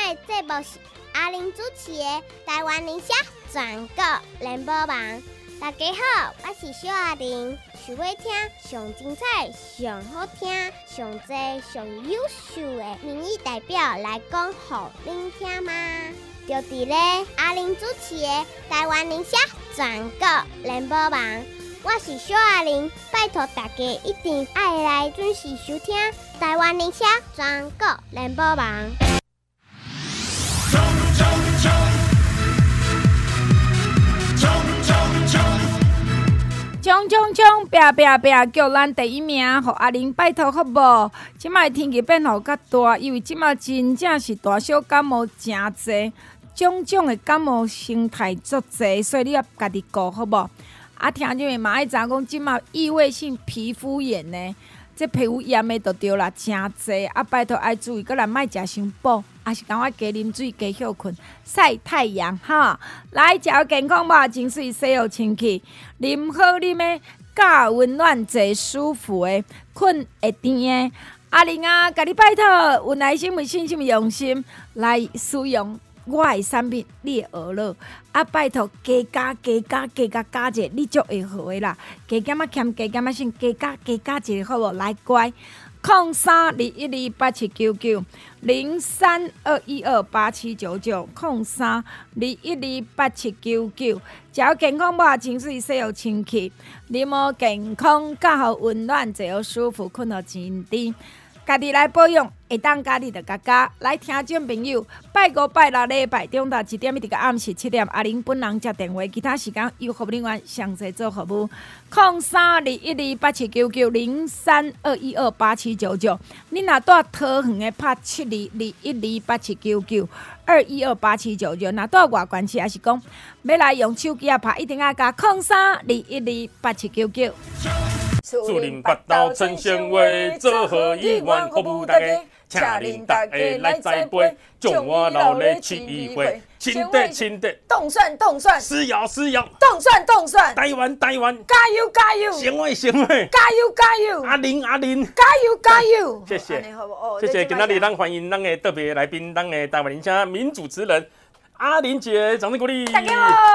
的节目是阿玲主持的台湾理社全国联播网。大家好，我是小阿玲。想要听上精彩、上好听、上多、上优秀的民意代表来讲给您听吗？就伫咧阿玲主持的台湾理社全国联播网。我是小阿玲，拜托大家一定要来准时收听台湾理社全国联播网。 冲，拼，叫咱第一名，互阿玲拜托好无？即摆天气变好较大，因为即摆真正是大小感冒真侪，种的感冒生态足侪，所以你要家己顾好无？啊，听众们嘛爱知影讲，即摆异位性皮肤炎呢，这皮肤炎的就对啦，真侪啊，拜托爱注意，搁来莫食伤补。也是赶快加啉水，加休困，晒太阳哈。来食健康吧，真水洗好清气，啉好啉的，加温暖坐舒服的，困会甜的。阿玲啊，甲你拜托，有耐心、有信心、用心来使用我的产品，你会学了。啊，拜托加者，你就会好的啦。加减啊欠，加减啊省，加者好无？来乖。0321287799 0321287799 0321287799，只要健康吧，情绪洗好清气，你无健康，较好温暖，最好舒服，困好真甜。家己来保养，会当家己就家来听众朋友，拜五拜六礼拜中昼1点一直到暗时7点，阿玲本人接电话，其他时间由服务人员详细做服务。0321287799 0321287799，你若住桃园的拍7221287799 2128799，若住外县市也是讲要来用手机拍，一定要加0321287799。 树林八道陈贤伟，做好议员服务大家，请恁大家来栽培，种我老的市议会，亲德， 动算， 施摇， 动算， 台湾， 加油， 贤伟， 加油， 阿玲， 加油， 谢谢，今仔日咱欢迎咱的特别来宾，咱的台湾人家名主持人阿玲姐，掌声鼓励。 大家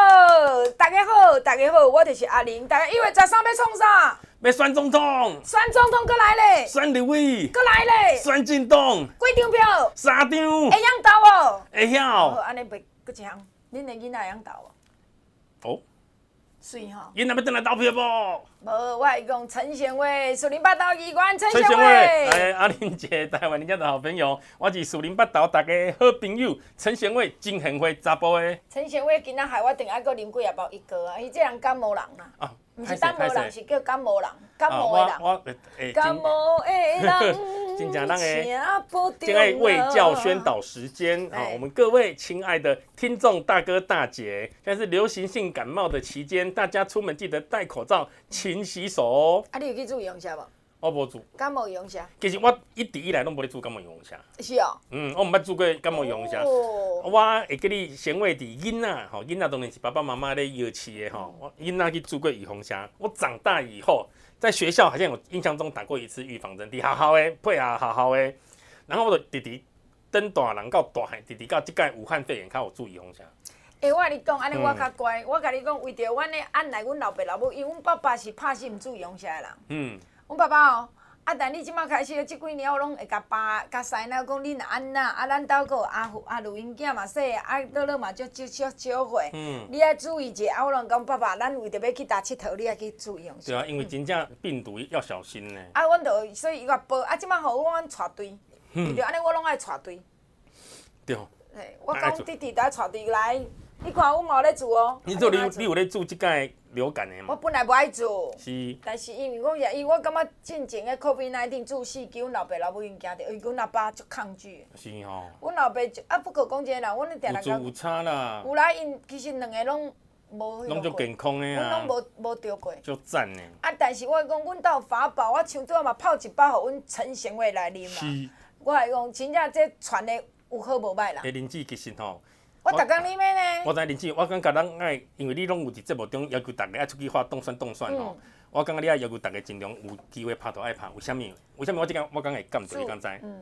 好，我就是阿玲。大家1月13要创啥？ 要选总统， 过来咧， 选立委， 过来咧， 选进党， 几张票 3张， 会晓投哦？ 会晓。 好，安尼袂搁一项，恁的囡仔会晓投哦？ 哦， 水吼。 囡仔要转来投票无？ 无，我会讲陈贤伟，树林八道议员陈贤伟， 伟。 阿玲姐，台湾人家的好朋友，我是树林八道大家好朋友陈贤伟，真贤惠查甫的。 陈贤伟今仔害我定爱搁啉几啊包一个啊，伊这人感冒人啦。啊。不是感冒人，是叫感冒人，感冒的人。感冒的人， 真正咱的真爱卫教宣导时间啊！我们各位亲爱的听众大哥大姐，现在是流行性感冒的期间，大家出门记得戴口罩、勤洗手哦。 啊，你有去注意用啥无？ 我无做。 感冒用啥？ 其实我一直以来都无咧做感冒用啥。 是哦。 我唔捌做过感冒用啥。我会给你先话伫囡仔吼，囡仔当然是爸爸妈妈咧摇饲的吼。我囡仔去做过预防针，我长大以后在学校好像有印象中打过一次预防针，伫学校的配合学校的，然后我就直等大人到大汉，直到即届武汉肺炎较有注意防针。 我甲你讲，安尼我较乖。我甲你讲，为着阮咧按来阮老爸老母，因为阮爸爸是拍死毋注意防针的人。阮爸爸哦。但你即马开始即几年，我拢会甲爸、甲婿那讲，恁若安那，咱兜个阿录音囝嘛细，乐嘛少岁。你爱注意者，我拢讲爸爸，咱为着要去搭佚佗，你爱去注意用。 对啊，因为真正病毒要小心呢。 阮就所以伊甲报，即马互阮带队，为着安尼我拢爱带队。 对。 我讲弟弟来带队来，你看阮嘛有咧做哦。 你有咧做即届流感的吗？ 我本来无爱做， 是， 但是因为我感觉进前的 COVID-19 注四支，阮老爸老母因惊着，因为阮阿爸足抗拒。 是吼。 阮老爸不过讲真啦，阮咧定定有差啦。 有啦，因其实两个拢无。 拢足健康的啊。 阮拢无得过。 足赞呢。 但是我讲，阮兜法宝，我像做嘛泡一包，互阮陈贤伟来啉嘛。 是。 我来讲，真正这传的有好无歹啦。 林子其实吼。 我逐工啉的呢。 我知林子，我感觉咱爱，因为你拢有伫节目中要求大家爱出去发动算吼。我感觉你爱要求大家尽量有机会拍都爱拍，为什么？我即间会敢会敢知？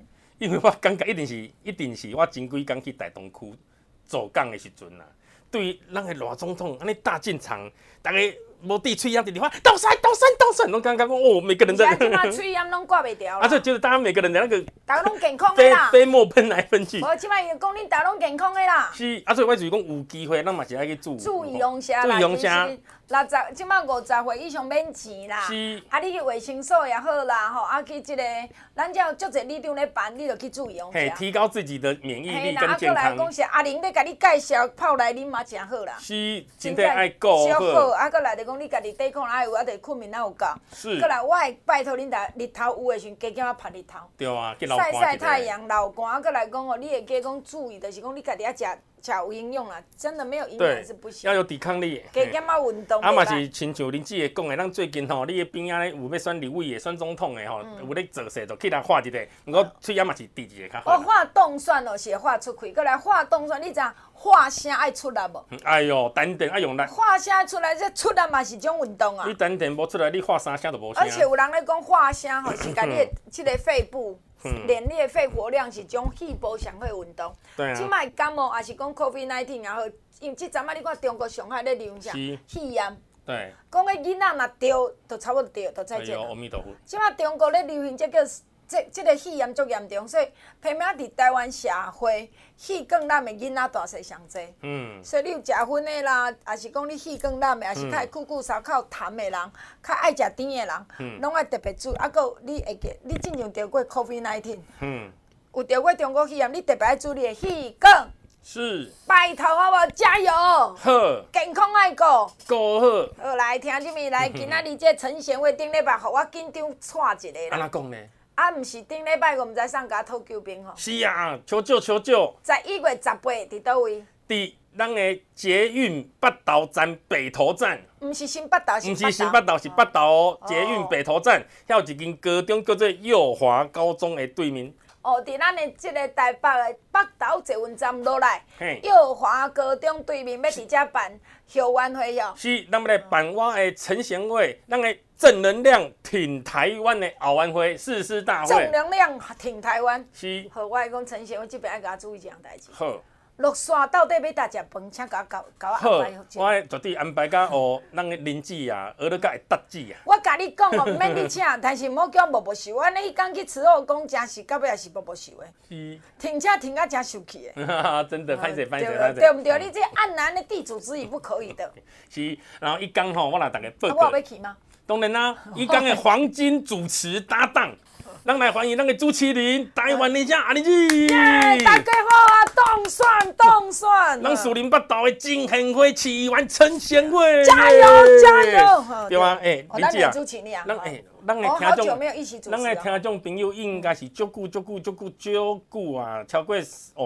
因为我感觉一定是我前几工去台东区做工的时阵啊，对于咱的赖总统安尼大进场，大家无滴喙烟直直喊倒山，拢感觉讲哦，每个人在。 现在喙烟拢挂袂掉啦。 啊，所以就是大家每个人的那个大家拢健康的啦。 飞沫喷来喷去。 无，即摆伊讲恁大家拢健康的啦。 是，啊，所以我就是讲有机会，咱嘛是爱去注意用下啦。 注意用下。 60，即摆50岁以上免钱啦。 是。 啊，你去卫生所也好啦，吼，啊去即个，咱遮有足侪理长咧办，你就去注意用下。 嘿，提高自己的免疫力跟健康。 啊，过来讲是阿玲咧，甲你介绍泡来啉嘛，诚好啦。 是，身体爱顾好。 啊，过来就讲你家己抵抗力有，啊，得困眠哪有够。 是。 过来，我会拜托恁日头有诶时阵，加减仔晒日头。 对啊， 晒太阳，流汗。啊，过来讲哦，你会加讲注意，就是讲你家己啊食有营养啦，真的没有营养是不行。 要有抵抗力。 加减仔运动。 啊嘛是亲像恁姐讲的，咱最近吼，你的边仔咧有要选立委的、选总统的吼，有咧做势，就去来画一个。不过喙也嘛是滴一个较好。 我画冻蒜哦，是画出去，过来画冻蒜，你知画声爱出力无？ 哎哟，等等爱用力。 画声出来，这出力嘛是种运动啊。 你等等无出来，你画三声都无声。 而且有人咧讲画声吼，是甲你的即个肺部。练你的肺活量是种气部上好的运动。 对啊。 即摆感冒也是讲 COVID-19 也好，因为即阵仔你看中国上海咧流行啥？肺炎。 对。 讲个囡仔若着，就差不多着，就再见啦。 阿弥陀佛。 即摆中国咧流行这个这个肺炎足严重，所以偏偏伫台湾社会气管烂的囡仔大细上济。所以你有食薰的啦，也是讲你气管烂的，也是较会久久烧烤痰的人，较爱食甜的人，拢爱特别注意。啊，搁你会记，你真正得过 COVID-19，有得过中国肺炎，你特别爱注意你的气管。 是。 拜托好无？加油！ 好。 健康爱顾。 顾好。 好，来听入面来，今仔日这陈贤惠顶礼拜，互我紧张串一个啦。 安怎讲呢？ 啊，毋是顶礼拜我毋知送甲讨救兵吼。 是啊，求救求救！ 在1月18伫倒位？ 伫咱的捷运北投站北投站。 毋是新北投， 毋是新北投，是北投哦。捷运北投站，遐有一间高中叫做幼华高中的对面。 哦，伫咱的即个台北的北投捷运站落来，幼华高中对面要伫遮办校园会哦。 是，咱要来办我的陈贤惠，咱的正能量挺台湾的后援会誓师大会。 正能量挺台湾。 是。 好，我讲陈贤惠这边爱甲注意一样代志。 好。 落线到底要搭食饭，请甲我安排好。 我绝对安排甲哦，咱的邻居啊，学了甲会搭子啊。 我甲你讲哦，毋免你请，但是毋好叫我无收。我迄天去慈后宫，真是到尾也是无收的。 是。 停车停啊，真生气的。真的，歹势。 对不对？你这按男的地主之谊不可以的。 是，然后一讲吼，我来大家报告。 我要去吗？ 当然啦，一讲的黄金主持搭档。咱来欢迎咱的朱麒麟，台湾的阿玲姐。 大家好啊，冻蒜。 咱树林北投的真贤惠市议员陈贤惠， 加油加油！ 对啊，玲姐啊，咱的听众，咱的听众朋友应该是足久啊，超过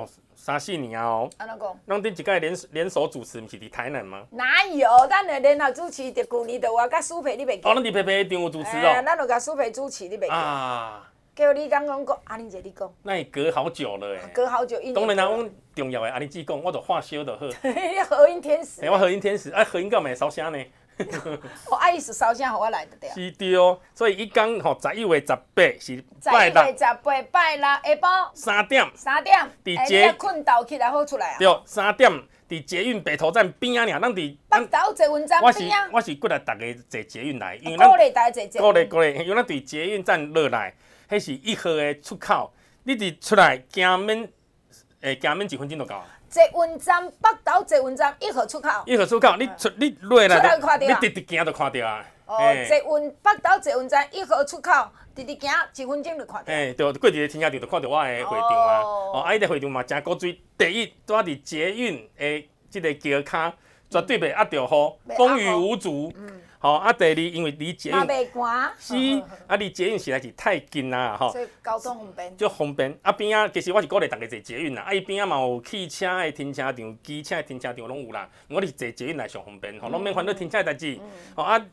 3-4年哦。 安怎讲？ 咱顶一届联手主持，毋是伫台南吗？ 哪有？咱的联合主持，就去年就我甲苏培，你袂记？ 咱伫培培场有主持哦。 咱就甲苏培主持，你袂记？啊。叫你刚讲阿玲姐，你讲。 那也隔好久了诶。 隔好久， 当然啦，阮重要的阿玲姐讲，我就话烧就好。 你和音天使。 我和音天使，和音干嘛烧声呢？ 我爱意思烧声，互我来得掉。 是对哦，所以伊讲吼，11月18是拜六。11月18拜六下晡 3点。 3点。 伫捷困倒起来好出来啊。 对，3点伫捷运北投站边仔尔，咱伫北投捷运站边仔。 我是鼓励大家坐捷运来， 因为咱鼓励大家坐捷运。 鼓励，因为咱伫捷运站落来，迄是1号的出口，你伫出来行免1分钟就到。 捷运站北投捷运站1号出口。 1号出口，你落来， 你直直行就看到啊。 哦，捷运北投捷运站1号出口，直直行1分钟就看到。 对，过一个停车场就看到我的会场嘛。哦，迄个会场嘛真古水，第一住伫捷运的即个桥骹，绝对袂压着雨，风雨无阻。吼，第二，因为离捷运袂寒， 是，离捷运实在是太近啦，吼。 所以交通方便。 足方便，边仔其实我是鼓励大家坐捷运啦，伊边仔嘛有汽车的停车场、机车的停车场拢有啦。我哋坐捷运来上方便，吼，拢免烦恼停车的代志。吼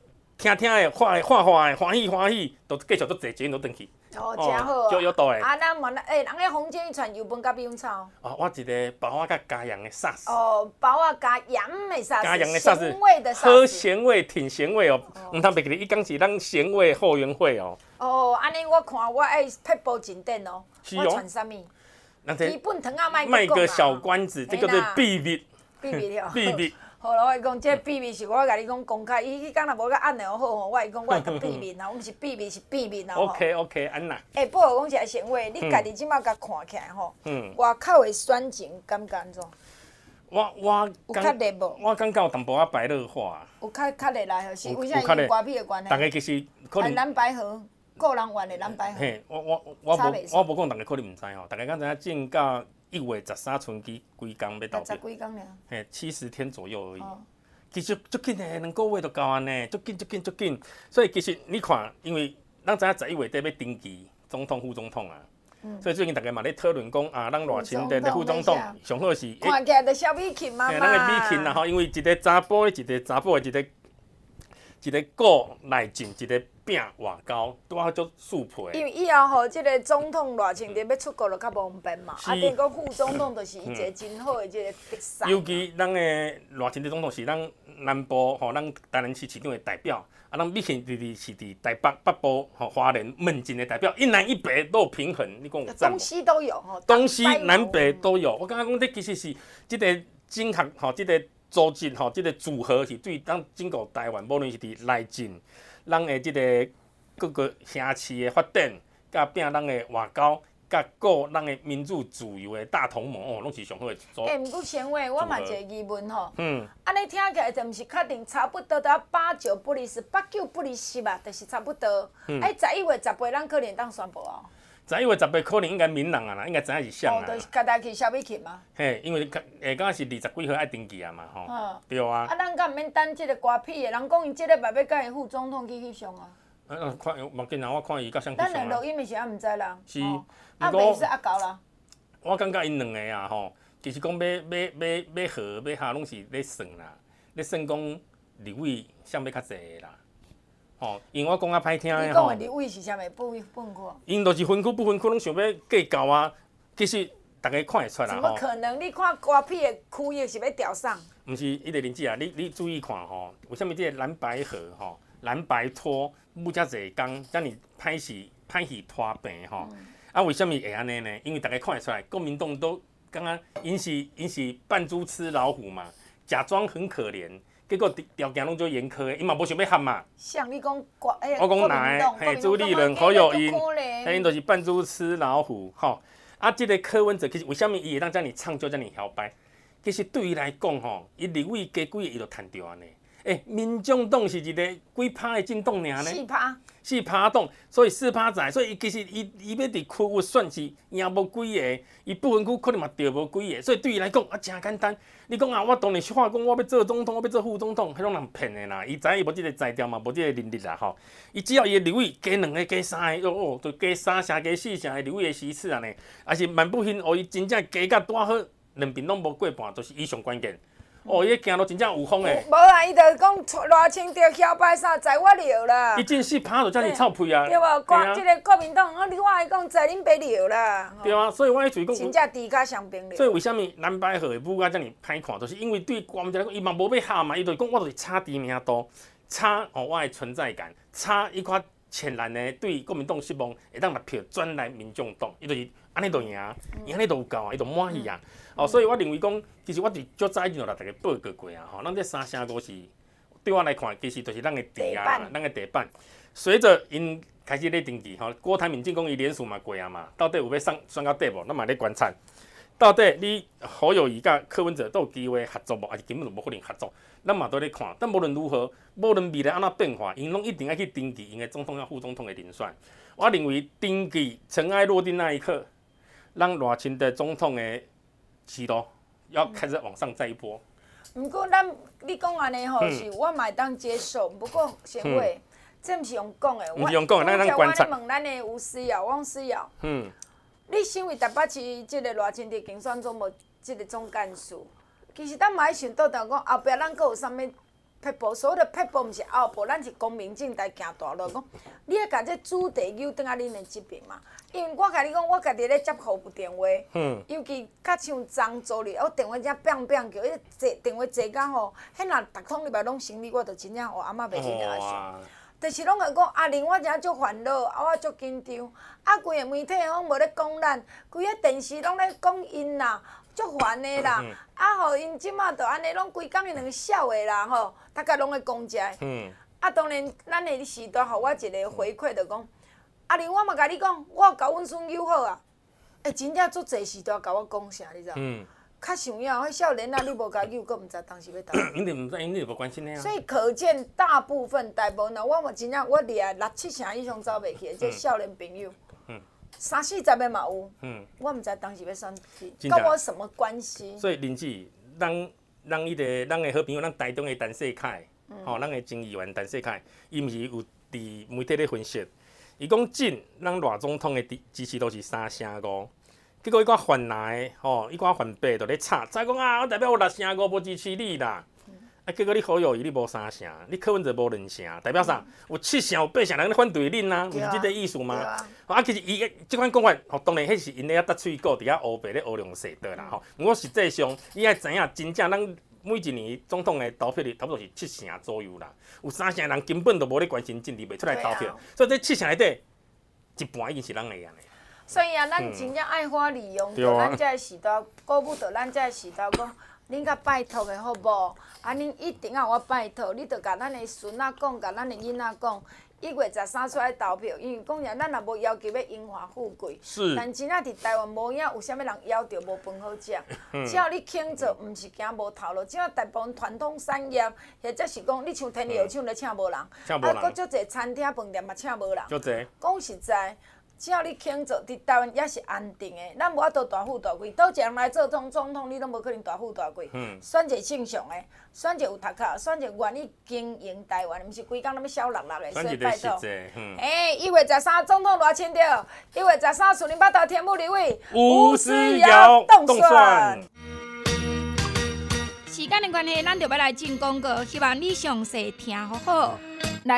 听的、画的、欢喜，都继续都坐钱都转去。 哦，真好。 就有道的。 啊，咱问人迄坊间伊传油饭甲美容草。 哦，我一个包仔甲加盐的沙士。 哦，包仔加盐的沙士。 加盐的沙士。 咸味的沙士。 喝咸味，挺咸味哦。唔通袂记哩，伊讲是咱咸味后援会哦。 哦，安尼我看我爱撇步真点哦。 是哦。 我传啥物？基本糖啊， 卖个小关子，这个是秘密。 秘密哦。 秘密。 好了，我讲这秘密是我甲你讲公开，伊迄讲若无甲按的好吼，我会讲我会甲秘密啦，我毋是秘密是秘密啦。 OK， 安那。 不过讲起来咸味，你家己即马甲看起来吼，外口的酸碱感觉安怎？ 我有较热无？ 我感觉有淡薄仔白热化。 有较热来吼，是为啥因为瓜皮的关系？ 大家其实可能蓝白河，个人玩的蓝白河。 嘿，我无讲，大家可能毋知吼，大家敢知影正到1月13春期几工要到 10几工尔。 嘿，70天左右而已。其实足紧的，2个月就到安尼，足紧。所以其实你看，因为咱知影11月底要登记总统、副总统啊，所以最近大家嘛咧讨论讲啊，咱热情的副总统上好是看起来就小美琴妈妈。 咱的美琴啦吼，因为一个查甫的，一个查甫的，一个顾内政，一个拼外交，拄好足速配。 因为以后吼，即个总统热情的要出国就较方便嘛，啊，变个副总统就是伊一个真好的即个比赛。 尤其咱的热情的总统是咱南部吼，咱台南市市长的代表，啊，咱美琴是伫台北部吼花莲门禁的代表，一南一北都有平衡，你讲有赞无？ 东西都有吼， 东西南北都有。我感觉讲，这其实是即个整合吼，即个组织吼，即个组合是对咱整个台湾，无论是伫内政，咱的即个各个城市的发展，甲拼咱的外交。甲顾咱的民主自由的大同盟哦，拢是上好的组。 毋过前话我嘛一个疑问吼，安尼听起来就毋是确定差不多到8、9不离10，8、9不离10啊，就是差不多。11月10八咱可能当宣布哦。 11月10八可能应该明朗啊啦，应该知影是啥啦。 就是家去消费去嘛。 嘿，因为下敢是20几号爱登记啊嘛吼。对啊。 啊，咱敢毋免等即个瓜皮的，人讲伊即个月要甲伊副总统去翕相啊。 看目镜啊，我看伊甲相翕相啊。咱的录音的时阵毋知啦。 是。 啊，袂是啊搞啦。 我感觉因两个啊吼，其实讲要和要下拢是咧算啦，咧算讲立委谁要较济啦。吼，因为我讲啊歹听的吼。 你讲的立委是啥物？不分区？ 因就是分区不分区，拢想要计较啊。其实大家看会出啦吼。 怎么可能？你看瓜皮的区域是要调上？ 毋是，伊个林姐啊，你注意看吼，为什么这个蓝白河吼、蓝白拖舞遮济工，遮尔歹势拖平吼？啊，为什么会安尼呢？因为大家看会出来，国民党都刚刚因是扮猪吃老虎嘛，假装很可怜，结果条件拢做严苛的，伊嘛无想要合嘛。 像你讲我讲哪个？朱立伦、侯友宜，因都是扮猪吃老虎吼。啊，这个柯文哲其实为什么伊会当遮尔唱就遮尔摇摆？其实对伊来讲吼，伊立委加几个伊就赚着安尼。民众党是一个几趴的政党尔呢？4趴党，所以4趴在，所以其实伊要伫区域选是赢无几个，伊不分区可能嘛掉无几个，所以对伊来讲啊，真简单。你讲啊，我当然是话讲我要做总统，我要做副总统，迄种人骗的啦。伊知影伊无即个才调嘛，无即个能力啦吼。伊只要伊的立委加2个、加3个，就加3成、加4成的立委的席次安尼，也是蛮不幸哦，伊真正加甲拄好，两边拢无过半，就是伊上关键。伊个行路真正有风诶！ 无啊，伊就讲热情着摇摆啥，在我了啦。 伊进4趴就遮尔臭屁啊！ 对无？即个国民党，我爱讲在恁爸了啦。 对啊，所以我迄阵讲， 真正猪甲上边了。 所以为虾米蓝白河的舞甲遮尔歹看，就是因为对国民党来讲，伊嘛无要下嘛，伊就讲我就是差知名度，差我的存在感，差伊款浅蓝的对国民党失望，会当拿票转来民众党，伊就是安尼就赢，安尼就有够啊，伊就满意啊。所以我认为讲，其实我伫足早以前就甲大家报告过啊，咱这3声歌是对我来看，其实就是咱的地啊，咱的地板。随着因开始咧登记，郭台铭进攻伊连署嘛过啊嘛，到底有要选到底无？咱嘛咧观察，到底你侯友宜甲柯文哲都有机会合作无？还是根本就无可能合作？咱嘛都咧看。但无论如何，无论未来安怎变化，因拢一定要去登记因的总统甲副总统的人选。我认为登记尘埃落定那一刻，让热情的总统的是咯，要开始往上再一波。 不过你讲安尼吼，是我嘛会当接受。不过贤惠，这毋是用讲的， 毋是用讲的，咱观察。 我问咱的吴思瑶、汪思瑶，你身为台北市即个热情的竞选总部即个总干事，其实咱嘛爱想倒转讲，后壁咱阁有啥物撇步，所有的撇步毋是后步，咱是光明正大行大路。讲，你要甲这主题扭转啊恁的这边嘛？因为我甲你讲，我家己咧接服务电话，尤其较像昨做哩，我电话遮砰砰叫，迄坐电话坐到吼，迄若逐通礼拜拢生理，我就真正阿嬷袂去甲想。就是拢会讲阿玲，我真足烦恼，我足紧张。规个媒体拢无咧讲咱，规个电视拢咧讲因啦，足烦的啦。互因即马就安尼，拢规工伊两个笑的啦吼，大家拢咧讲遮。当然，咱的时代，互我一个回馈，就讲阿玲，我嘛甲你讲，我甲阮孙友好啊。真正足侪时代甲我讲啥，你知道？较想要，迄少年啊，你无甲救，佫毋知当时要倒。 因为毋知，因为无关心的啊。 所以可见，大部分我嘛真正我掠6、7成以上走袂去的，即少年朋友，30、40个嘛有。我毋知当时要选去，跟我什么关系？ 所以林子，咱的好朋友，咱台中的陈世凯，咱的前议员陈世凯，伊毋是有伫媒体咧分析，伊讲咱赖总统的支持度是3成5。结果伊个泛蓝的，伊个泛白就咧吵讲啊，我代表我6成5无支持你啦。结果你好友谊你无3成，你柯文哲无2成，代表啥？有7成有8成人咧反对恁啊，毋是即个意思吗？其实伊即款讲法，当然迄是因咧搭喙鼓伫遐乌白咧乌龙势的啦。不过实际上，你爱知影真正咱每一年总统的投票率差不多是7成左右啦。有3成人根本就无咧关心政治，袂出来投票，所以这7成内底一半已经是咱的样的。 所以咱真正爱花利用着咱遮个时代，鼓舞着咱遮个时代，讲恁甲拜托的好无？恁一定要我拜托，你着甲咱的孙仔讲，甲咱的囡仔讲，1月13出来投票，因为讲实咱也无要求要荣华富贵，但真正伫台湾无影有啥物人要求无饭好食。只要你肯做，毋是惊无头路。只要大部分传统产业，或者是讲你像天理药厂咧请无人，佫足侪餐厅饭店嘛请无人。讲实在。只要你肯做，伫台湾也是安定的。咱无法度大富大贵，倒一人来做总统，你拢无可能大富大贵。选一个正常的，选一个有读册，选一个愿意经营台湾，毋是规工那么小落落的。所以拜托，1月13总统偌清着，1月13树林北投天母立委吴思瑶动算。 时间的关系，咱就要来进广告，希望你详细听好好。来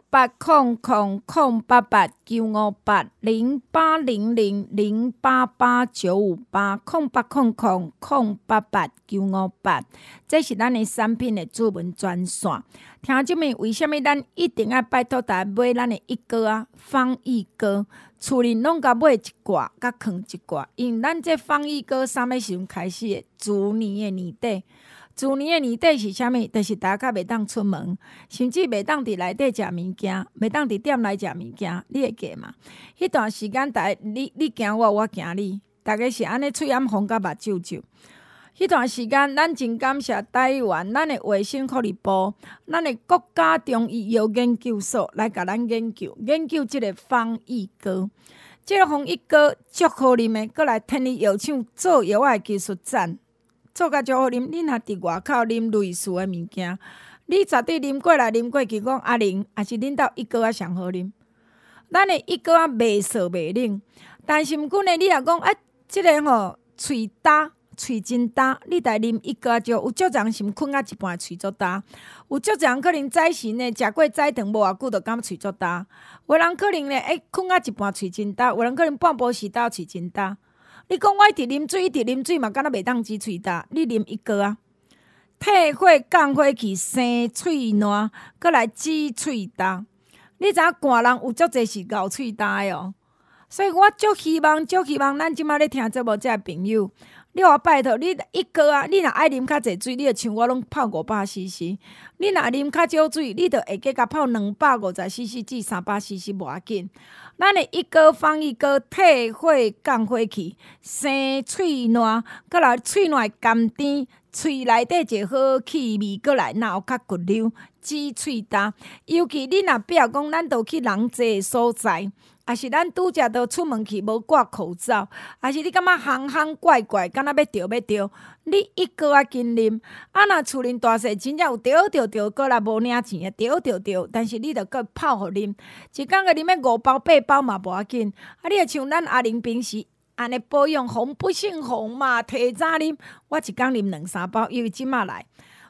080008895808889580889888，这是咱的产品的主文专线。听众们，为什么咱一定要拜托大家买咱的一哥啊防疫膏？厝里拢甲买一挂，甲藏一挂，因为咱这防疫膏啥物时阵开始的？猪年的年底。去年的年底是啥物？就是大家袂当出门，甚至袂当伫内底食物件，袂当伫店内食物件，你会记嘛？迄段时间，你惊我，我惊你，大家是安尼喙暗风甲目睭睭。迄段时间，咱真感谢台湾咱的卫生福利部，咱的国家中医药研究所来甲咱研究即个防疫膏。即个防疫膏足好啉的，搁来天理药厂做药的技术赞。做甲足好啉，你若伫外口啉类似的物件，你绝对啉过来啉过去，讲阿玲，也是恁兜一哥仔上好啉。咱的一哥仔袂涩袂冷，但是毋过呢，你若讲即个吼喙焦、喙真焦，你来啉一哥仔有足人是困啊一半喙足焦，有足人可能早晨呢食过早顿无偌久，就感喙足焦。有人可能呢困啊一半喙真焦，有人可能半晡时到喙真焦。你讲我一直啉水嘛，敢若袂当止喙焦。你啉一个啊，退火降火气，生喙烂，搁来止喙焦。你知影寒人有足侪是咬喙焦的哦，所以我足希望咱即马咧听节目这朋友，你我拜托你一个啊，你若爱啉较侪水，你就像我拢泡500cc。你若啉较少水，你就会加甲泡250cc 至300cc 无要紧。咱的一个防疫膏退火降火气，生喙烂，搁来喙烂甘甜，喙内底一好气味，搁来若有较骨溜，止喙焦。尤其你若比如讲，咱都去人济的所在，也是咱拄则都出门去无挂口罩，也是你感觉行怪怪，敢若要着，你一个啊紧啉。若厝恁大细真正有着，搁来无领钱的着，但是你着搁泡互啉，一工个啉个5包8包嘛无要紧。你会像咱阿玲平时安尼保养，红不姓红嘛，提早啉，我一工啉2、3包，因为即马来。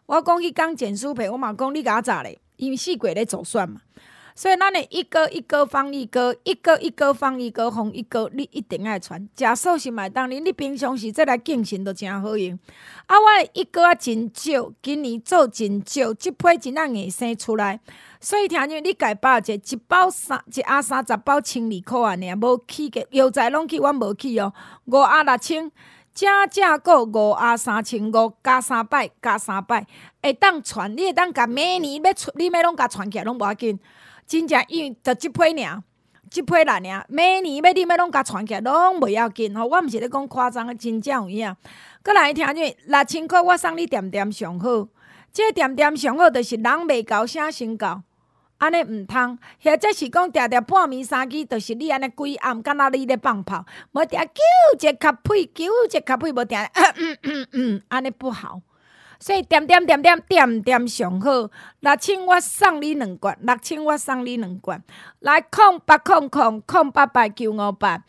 我讲迄工简书培，我嘛讲你甲我炸咧，因为四季咧走算嘛。所以咱的一哥一哥放一哥，一哥一哥放一哥，放一哥，你一定爱传。食素是嘛当然，你平常时再来敬神都真好用。啊，我的一哥啊真少，今年做真少，即批真啊硬生出来。所以听见你家包一包一盒30包1200块安尼，无起价，药材拢去，阮无去哦。5盒6000，正个5盒3500，加3摆，加3摆，会当传，你会当甲每年要出，你要拢甲传起来拢无要紧。真正因为就即批尔，即批啦尔，每年你要拢甲传起来拢袂要紧吼。我毋是咧讲夸张，真正有影。搁来听见6000块，我送你点点上好。即个点点上好，就是人袂够，啥先够。安尼毋通，或者是讲定定半暝3更，就是你安尼规暗，敢若你咧放炮，无定揪一壳屁，揪一壳屁，无定安尼不好。所以点点上好，6000我送你2罐，6000我送你2罐。来0800088958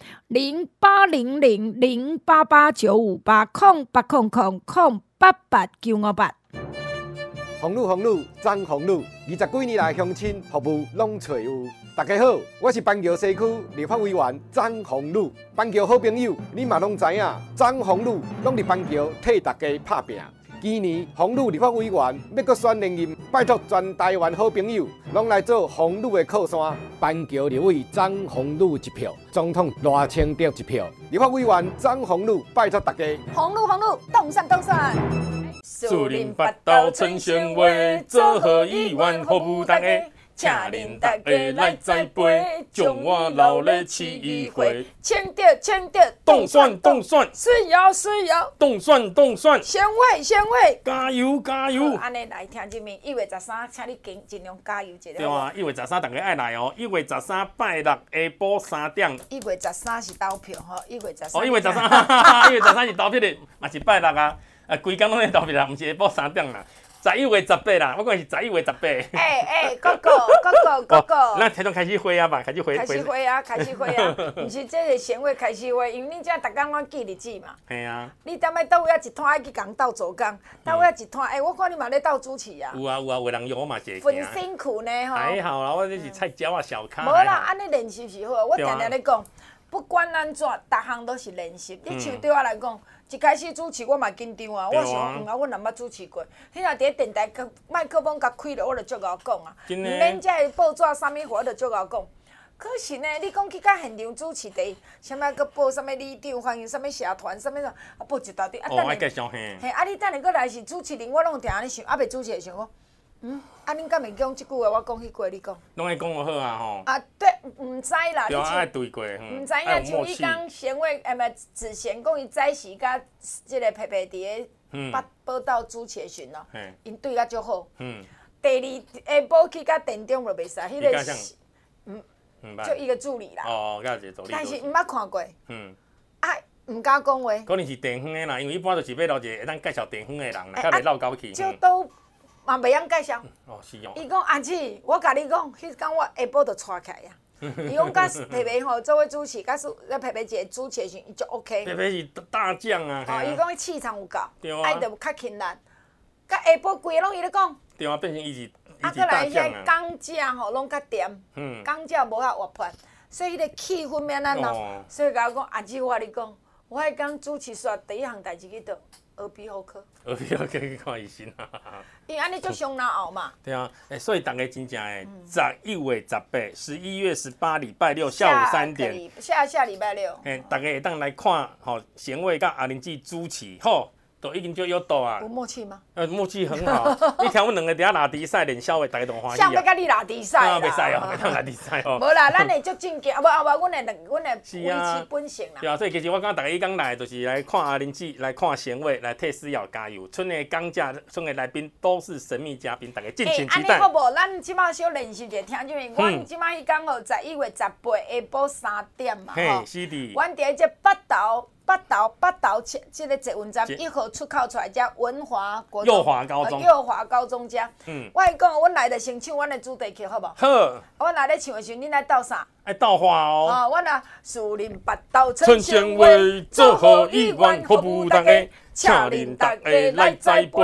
0800088958 红女张红女，20几年来乡亲服务拢找有。大家好，我是板桥西区立法委员张红女。板桥好朋友，你嘛拢知影，张红女拢伫板桥替大家拍拼。今年红女立法委员要阁选连任，拜托全台湾好朋友拢来做红女的靠山。板桥立委张红女1票，总统赖清德1票。立法委员张红女，拜托大家。 红女，动算。 树林八斗陈宣伟，做好议员服务大家。请恁大家来栽培，将我留咧市议会。 签到， 动算， 水摇， 动算， 先位， 加油！ 安尼来听这面1月13，请你尽量加油一下。 对啊，1月13大家爱来哦。1月13拜六下晡3点。 1月13是投票吼，1月13。 哦，1月13，1月13是投票的，嘛是拜六啊。规工拢咧投票啦，毋是下晡3点啦。11月18啦，我讲是11月18。 哥哥， 咱体中开始会啊吧，开始会啊， 毋是这个贤惠开始会，因为你遮逐工拢记日子嘛。 嘿啊。 你踮咧倒位一摊爱去共斗做工，倒位一摊，我看你嘛咧斗主持啊。 有啊，有人约我嘛会分辛苦呢吼。 还好啦，我这是菜椒啊小咖。 无啦，安尼练习是好，我定定咧讲，不管安怎，逐项都是练习。你像对我来讲。一开始主持我嘛紧张啊，我想阮若捌主持过，迄若伫咧电台麦克风甲开了，我就足敖讲啊，毋免遮个报纸啥物货，我就足敖讲。可是呢，你讲去到现场主持地，啥物佫报啥物里长，欢迎啥物社团，啥物啊报一大堆。 哦，爱继续嘿。 嘿，你等下佫来是主持人，我拢定安尼想，未主持的想讲。恁敢会讲即句话？我讲迄句，你讲。 拢会讲好啊吼。 对，毋知啦。 对啊，爱对过。 毋知影像伊讲贤惠，子贤讲伊早时甲即个皮伫咧报道主持的时咯，因对甲足好。第二下晡去甲店中就袂使，迄个是就一个助理啦。 哦，甲一个助理。 但是毋捌看过。毋敢讲话。 可能是地方的啦，因为一般就是要留一个会当介绍地方的人，较袂绕高去。 就都。嘛袂晓介绍， 是哦。 伊讲阿姊，我甲你讲，迄天我下晡就带起来呀。伊讲甲皮皮吼做伙主持，甲皮皮一个主持的时候，伊就 OK。 皮皮是大将啊。 哦，伊讲伊气场有够， 爱着较勤力。甲下晡规个拢伊咧讲。 对啊，变成伊是大将啊。啊，来遐讲者吼拢较甜，讲者无遐活泼，所以迄个气氛免安怎。所以甲我讲阿姊，我甲你讲，我迄天主持煞第一项代志去倒。耳鼻喉科， 耳鼻喉科去看医生啊！ 因安尼足伤脑后嘛。 对啊，所以大家真正诶，11月18、11月18礼拜六下午3点， 下礼拜六， 大家会当来看吼，贤惠甲阿玲姊主持，吼，都已经就有度啊。 有默契吗？ 默契很好。你听阮两个伫遐拉迪赛练小的，大家都欢喜啊。 想要甲你拉迪赛啦？ 袂使哦，袂当拉迪赛哦。 无啦，咱会足正经，阮会维持本性啦。 对啊，所以其实我讲大家伊讲来，就是来看阿玲姊，来看贤惠，来替思瑶加油。村的讲者，村的来宾都是神秘嘉宾，大家敬请期待。 安尼好无？咱即马小练习者，听众们，阮即马迄天吼，11月18下晡3点嘛， 吼，是的。 阮伫即北投即个捷运站1号出口出来，遮文华国中、幼华高中遮。我会讲，阮来着先唱阮的主题曲，好无？ 好。 阮来咧唱的时候，恁来斗啥？ 爱斗花哦。 阮啊，树林八斗春宣威，做好议员服务大家，请恁大家来栽培，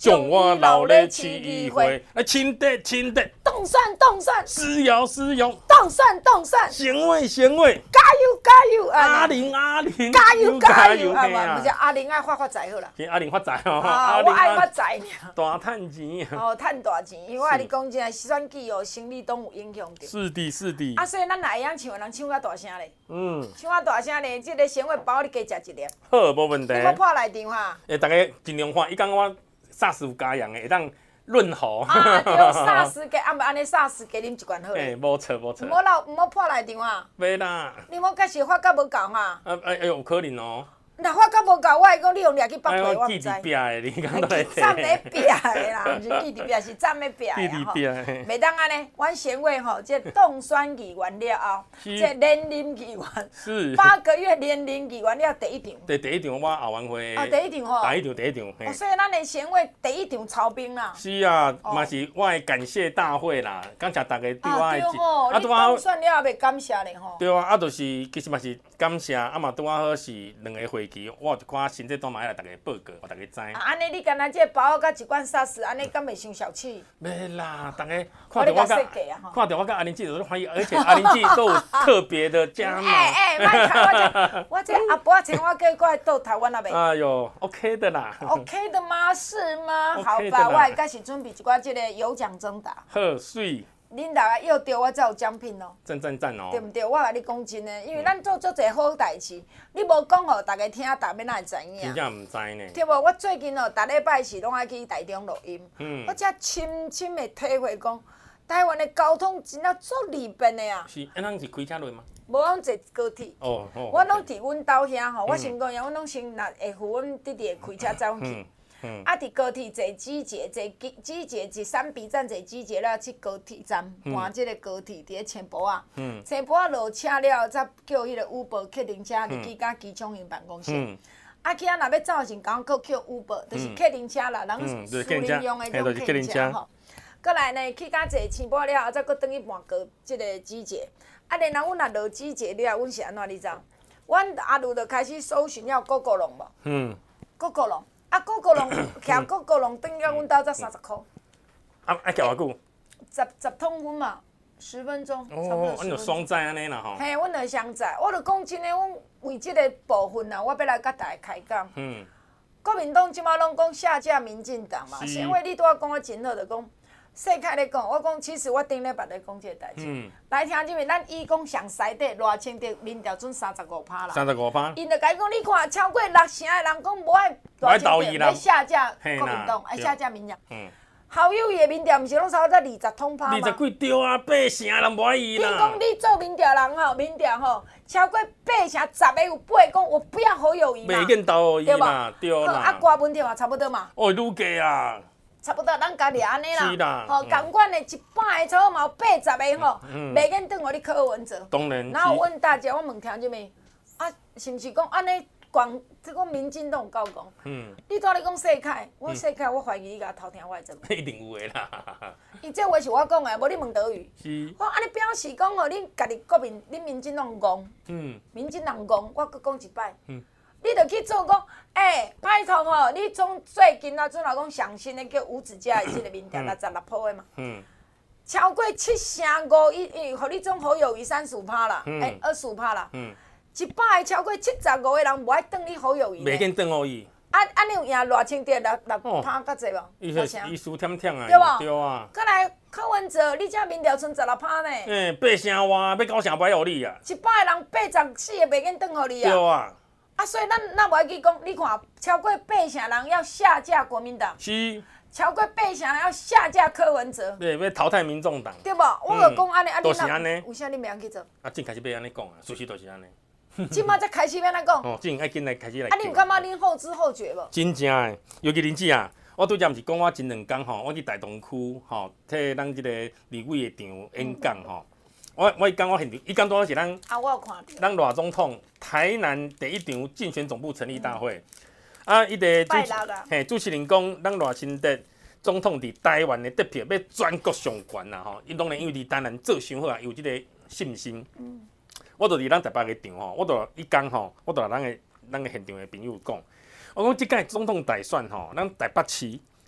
将我留咧市议会，来清德， 动算， 施摇， 动算， 贤惠， 加油阿玲， 加油啊！ 嘿啊不是阿玲爱发财好啦。 阿玲发财哦， 我爱发财呢。 大趁钱啊！ 哦，趁大钱，因为我跟你讲真诶，选举哦，生理都有影响着。 是的。 啊，所以咱哪会晓唱，人唱较大声咧？ 嗯， 唱较大声咧，即个鲜血包你加食一粒， 好，无问题。 你要破内场哈。 大家尽量看，伊讲我SARS 加氧的，会当润喉。 啊，对，SARS 加，啊，无安尼SARS 加啉一罐好咧。 无错。 毋好破内场啊！ 袂啦。 你莫假是发觉无够哈。 有可能哦。 若发觉无够，我会讲你用掠去北皮，我毋知。 记伫壁的，你讲都来站咧壁的啦，毋是记伫壁，是站咧壁的吼。袂当安尼，阮贤惠吼，这冻酸议员了后，这连任议员是 8个月连任议员了第一场。 第一场我后晚会。 啊，第一场吼。 第一场。 所以咱的贤惠第一场操兵啦。 是啊，嘛是我的感谢大会啦，感谢大家对我的。 对吼，你冻酸了也袂感谢咧吼。 对啊，就是其实嘛是感谢，嘛拄啊好是2个会期，我有一寡成绩单嘛要来大家报告，互大家知。 安尼你干那这包甲一罐SARS，安尼敢袂伤小气？ 袂啦，大家看到我甲阿玲姐都欢喜，而且阿玲姐都有特别的加码。 莫看我这阿伯请我过来到台湾那边。 哎呦 ，OK 的啦。 OK 的吗？是吗？好吧，我会开始准备一寡这个有奖征答。 好，水。 恁大家要对我才有奖品哦。 赞哦。 对毋对？我甲你讲真诶，因为咱做足侪好代志，你无讲互大家听，大家哪会知影？ 真正毋知呢。 对无？我最近哦，逐礼拜是拢爱去台中录音，我才深深诶体会讲，台湾诶交通真正足利便诶啊。 是，咱是开车落吗？ 无拢坐高铁。 哦。 我拢伫阮兜遐吼，我先讲呀，阮拢先若下浡阮弟弟会开车走去。啊！伫高铁坐机捷，一3 B 站坐机捷了，去高铁站搬即个高铁伫咧青埔啊。青埔啊落车了，才叫迄个 Uber 客运车入去甲机场因办公室。啊，去啊若要走的时阵，讲佫叫 Uber，就是客运车啦，人私人用的种客运车吼。过来呢，去甲坐青埔了后，再佫转去搬即个机捷。啊，然后阮若落机捷了，阮是安怎你知？阮阿鲁就开始搜寻了狗狗笼无？狗狗笼。啊，狗狗笼徛狗狗笼，等到阮兜才30箍。 啊，徛偌久 ？10桶粉嘛，10分钟，差不多10分钟。 阮就双载安尼啦吼。 嘿，阮就双载，我就讲真诶，阮为即个部分啊，我要来甲大家开讲。国民党即马拢讲下架民进党嘛，是因为你拄仔讲啊真好，就讲细凯咧讲，我讲其实我顶礼拜咧讲即个代志。来听即面，咱以讲上西底偌清的民调准35%啦。 35%。 因就甲伊讲，你看超过60%的人讲无爱偌清的，要下架国民党，爱下架民进。侯友宜的民调毋是拢差不多20桶趴吗 ？20几对啊，8成人无爱伊啦。 你讲你做民调人吼，民调吼超过8成10个有8个讲我不要侯友宜嘛。 袂见投伊嘛，对啦。 啊，歌文条嘛差不多嘛。 哦，愈加啊。 差不多，咱家己安尼啦。 是啦。 吼，共款的100个差嘛有80个吼，袂见转互你柯文哲。 当然。 然后问大家，我问听即面，啊，是毋是讲安尼？即个民进党有够讲，你拄咧讲世凯，我世凯我怀疑你甲偷听我的节目。 一定有的啦。 伊这话是我讲的，无你问倒位。 是。 我安尼表示讲哦，恁家己恁民进党戆，民进党戆，我搁讲一摆。你着去做讲，拜托吼，你最近啊，阵老讲上新的叫吴子嘉的即个民调，66%的嘛。超过75%，伊互你总好友谊35%啦，25%啦。100个超过75个人无爱转你好友谊。 袂见转互伊。 安尼有赢偌清点6%较济无？ 伊输忝忝啊。 对无？ 对啊。 过来柯文哲，你这民调剩16%呢。 8成外，要9成歹互你啊。 100个人84个袂见转互你啊。 对啊。 啊，所以咱无爱去讲，你看超过8成人要下架国民党。 是。 超过8成人要下架柯文哲。 对，要淘汰民众党。 对无？我就讲安尼， 都是安尼。 为啥你袂晓去做？ 啊，正开始要安尼讲啊，事实都是安尼。 即马才开始要安怎讲？ 哦，正爱紧来开始来。 啊，你毋感觉恁后知后觉无？ 真正诶，尤其林子啊，我拄则毋是讲我前2工吼，我去大同区吼，替咱即个立委的场演讲吼。我伊讲我现场，伊讲多是咱啊，我有看到。 咱赖总统台南第1场竞选总部成立大会，啊，伊个主持人讲，咱赖清德总统伫台湾的得票要全国上悬啦吼，伊当然因为伫台南做伤好啊，有即个信心。我就伫咱台北个场吼，我就伊讲吼，我就咱个现场的朋友讲，我讲即届总统大选吼，咱台北市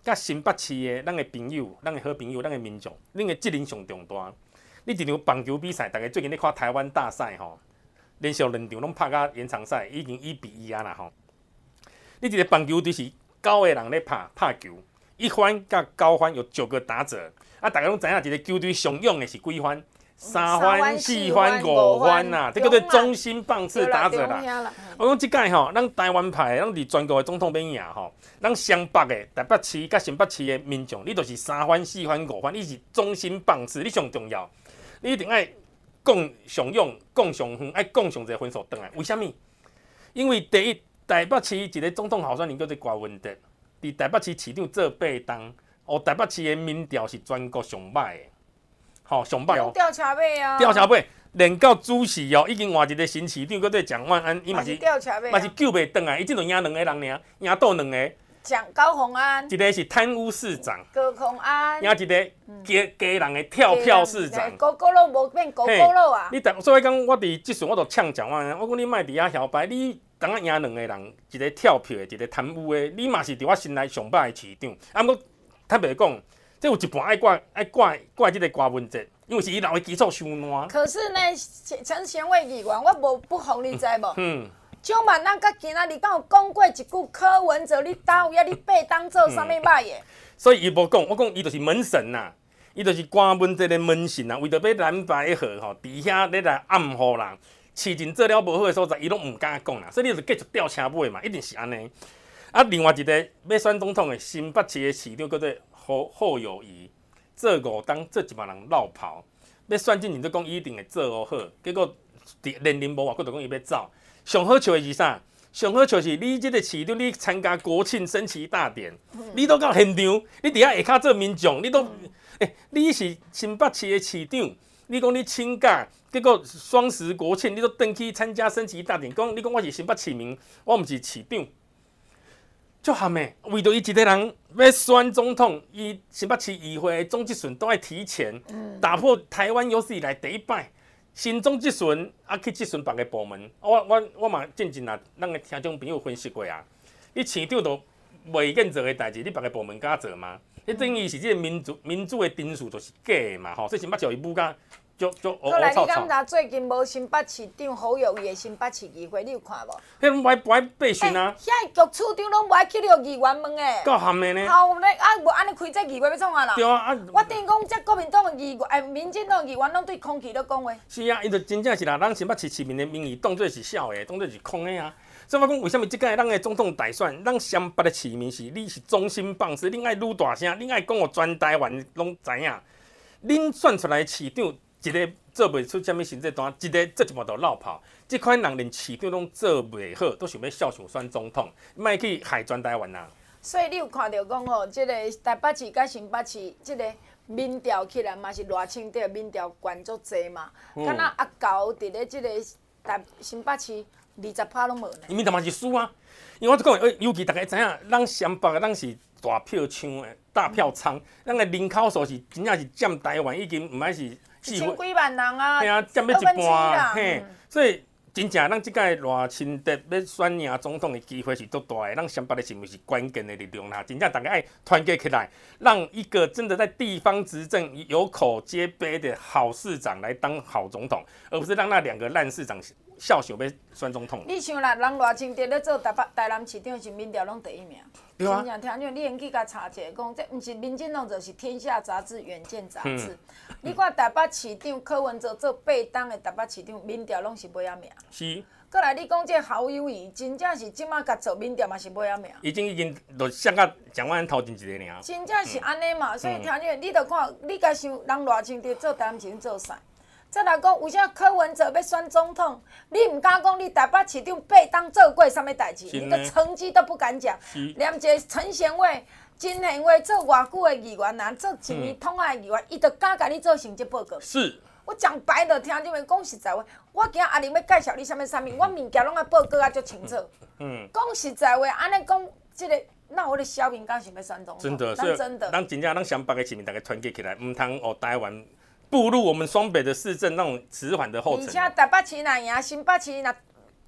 甲新北市的咱的朋友、咱的好朋友、咱的民众，恁的责任上重大。你一场棒球比赛，大家最近咧看台湾大赛吼，连续2场拢拍到延长赛，已经1-1啊啦吼。你一个棒球就是9个人咧拍球，一番甲9番有9个打者，啊，大家拢知影一个球队上用的是几番？3番、4番、5番呐，这叫做中心棒次打者啦。我讲即届吼，咱台湾派，咱伫全国的总统要赢吼，咱湘北的台北市甲新北市的民众，你就是3番、4番、5番，你是中心棒次，你上重要，你一定爱攻上勇、攻上远，爱攻上侪分数转来。为什么？因为第一，台北市一个总统候选人叫做郭文哲，伫台北市市长做8当，台北市的民调是全国上歹的。吼，上歹哦！ 调查尾啊， 调查尾，连到主席哦，已经换一个新市长，叫做蒋万安，伊嘛是调查尾， 嘛是救袂转来，伊即阵赢2个人尔，赢倒2个。 高虹安， 一个是贪污市长， 高虹安， 赢一个家人的跳票市长。 高高路无变高高路啊！ 所以讲，我伫即阵我就呛蒋万安，我讲你莫伫遐摇摆，你当下赢2个人，一个跳票的，一个贪污的，你嘛是伫我心内上歹的市长。啊，毋过坦白讲。这有一半爱怪这个郭文哲，因为是伊老的基础伤烂。 可是呢，陈贤伟议员，我不服你知无？少万人到今仔日敢有讲过一句柯文哲，你倒位啊，你被当做啥物歹的？ 所以伊无讲，我讲伊就是门神呐，伊就是郭文哲的门神呐，为着要蓝白合吼，伫遐咧来暗唬人，市政做了无好的所在，伊拢唔敢讲啦。所以你就继续吊车尾嘛，一定是安尼。啊，另外一个要选总统的新北市的市长叫做侯友宜，做5当做1万人落跑，要选进前就讲伊一定会做好，结果连任无偌，佫就讲伊要走。上好笑的是啥？上好笑是你这个市长，你参加国庆升旗大典，你都到现场，你伫遐下骹做民众，你都你是新北市的市长，你讲你请假，结果双十国庆你都登去参加升旗大典，你讲我是新北市民，我毋是市长。足含的，为着伊一个人要选总统，伊新北市议会的总质询都要提前，打破台湾有史以来第一摆新总质询去质询别个部门。我嘛进前啊，咱的听众朋友分析过啊，你市长都袂愿做的代志，你别个部门敢做吗？迄等于是这个民主的定数就是假的嘛，吼，所以新北市伊舞甲就过来，你敢知最近无新北市长侯友宜的新北市议会，你有看无？ 迄拢无爱备询啊！ 遐局处长拢无爱去了议员问诶。 够含的呢。 后咧无安尼开这议会要创啊啦？ 对啊， 我等于讲，这国民党的议员，民进党议员拢对空气咧讲话。 是啊，伊就真正是啦，咱新北市市民的民意当作是笑的，当作是空的啊。所以我讲，为什么即届咱的总统大选，咱湘北的市民你是中心棒次，恁爱愈大声，恁爱讲互全台湾拢知影，恁选出来的市长一个做袂出什物成绩单，一个做一半就落跑。即款人连市长拢做袂好，都想要效想选总统，莫去害全台湾啊！ 所以你有看到讲吼，即个台北市甲新北市即个民调起来嘛是热清底民调悬足济嘛，敢若阿狗伫咧即个新北市20%拢无呢。 民调嘛是输啊，因为我讲，尤其大家知影，咱湘北咱是大票仓的大票仓，咱的人口数是真正是占台湾已经毋爱是。 1000几万人啊， 嘿啊，占要一半，嘿，所以真正咱即届赖清德要选赢总统的机会是足大的，咱湘北的市民是关键的力量啦，真正大家爱团结起来，让一个真的在地方执政有口皆碑的好市长来当好总统，而不是让那2个烂市长笑想要选总统。 你想啦，人赖清德咧做台南市长是民调拢第1名。 对啊， 真正听你用去甲查者讲，这毋是民进党，就是《天下杂志》《远见杂志》。你看台北市长柯文哲做8当的台北市长，民调拢是尾仔名。 是。 过来，你讲这侯友宜，真正是即马甲做民调嘛是尾仔名。 已经就上到蒋万安头前一个尔。 真正是安尼嘛，所以听你著看，你甲想人赖清德做台南市长做啥？再来讲，为啥柯文哲要选总统？你唔敢讲你台北市长8当做过啥物代志，你的成绩都不敢讲。连一个陈贤伟、金贤伟做偌久的议员，做1年统的议员，伊就敢甲你做成绩报告。 是。 我讲白的，听你们讲实在话，我今阿玲要介绍你啥物，我物件拢爱报告啊，足清楚。讲实在话，安尼讲，这个那我的小民敢想要选总统？ 真的，所以真的， 咱真正咱湘北的市民大家团结起来，唔通学台湾。步入我们双北的市政那种迟缓的后尘。 而且台北市若赢，新北市若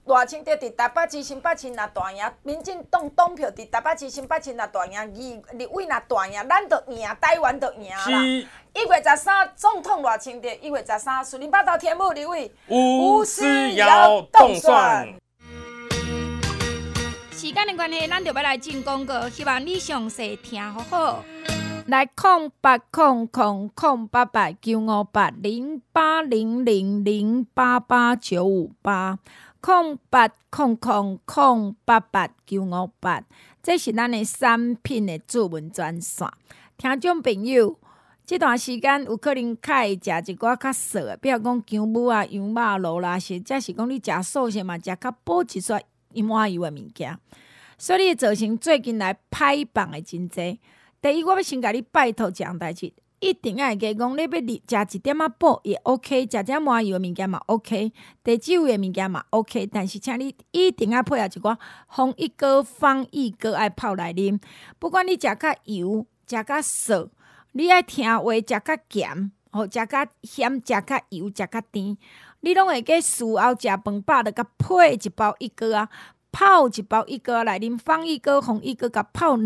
赖清德伫台北市新北市若大赢，民进党党票伫台北市新北市若大赢，立委若大赢，咱就赢，台湾就赢啦。1月13总统赖清德，1月13树林报道天母立委吴思瑶动算。 时间的关系，咱就要来进广告，希望你详细听好好。来0800088958，0800088958，这是咱的产品的主文专线。听众朋友，这段时间有可能较会食一寡较素的，比如讲姜母啊、羊肉炉啦，或者是讲你食素食嘛，食较补一撮满油的物件，所以造成最近来歹放的真济。第一，我要先甲你拜托一项代志，一定要加讲，你要食一点仔补也 OK， 食点满油的物件嘛 OK， 地酒的物件嘛 OK， 但是请你一定要配合一寡防疫膏、防疫膏爱泡来啉。不管你食较油、食较素，你爱听话，食较咸，或食较咸、食较油、食较甜，你拢会记事后食饭饱，就甲配一包疫膏啊。泡一包疫膏来啉，防疫膏、防疫膏，甲泡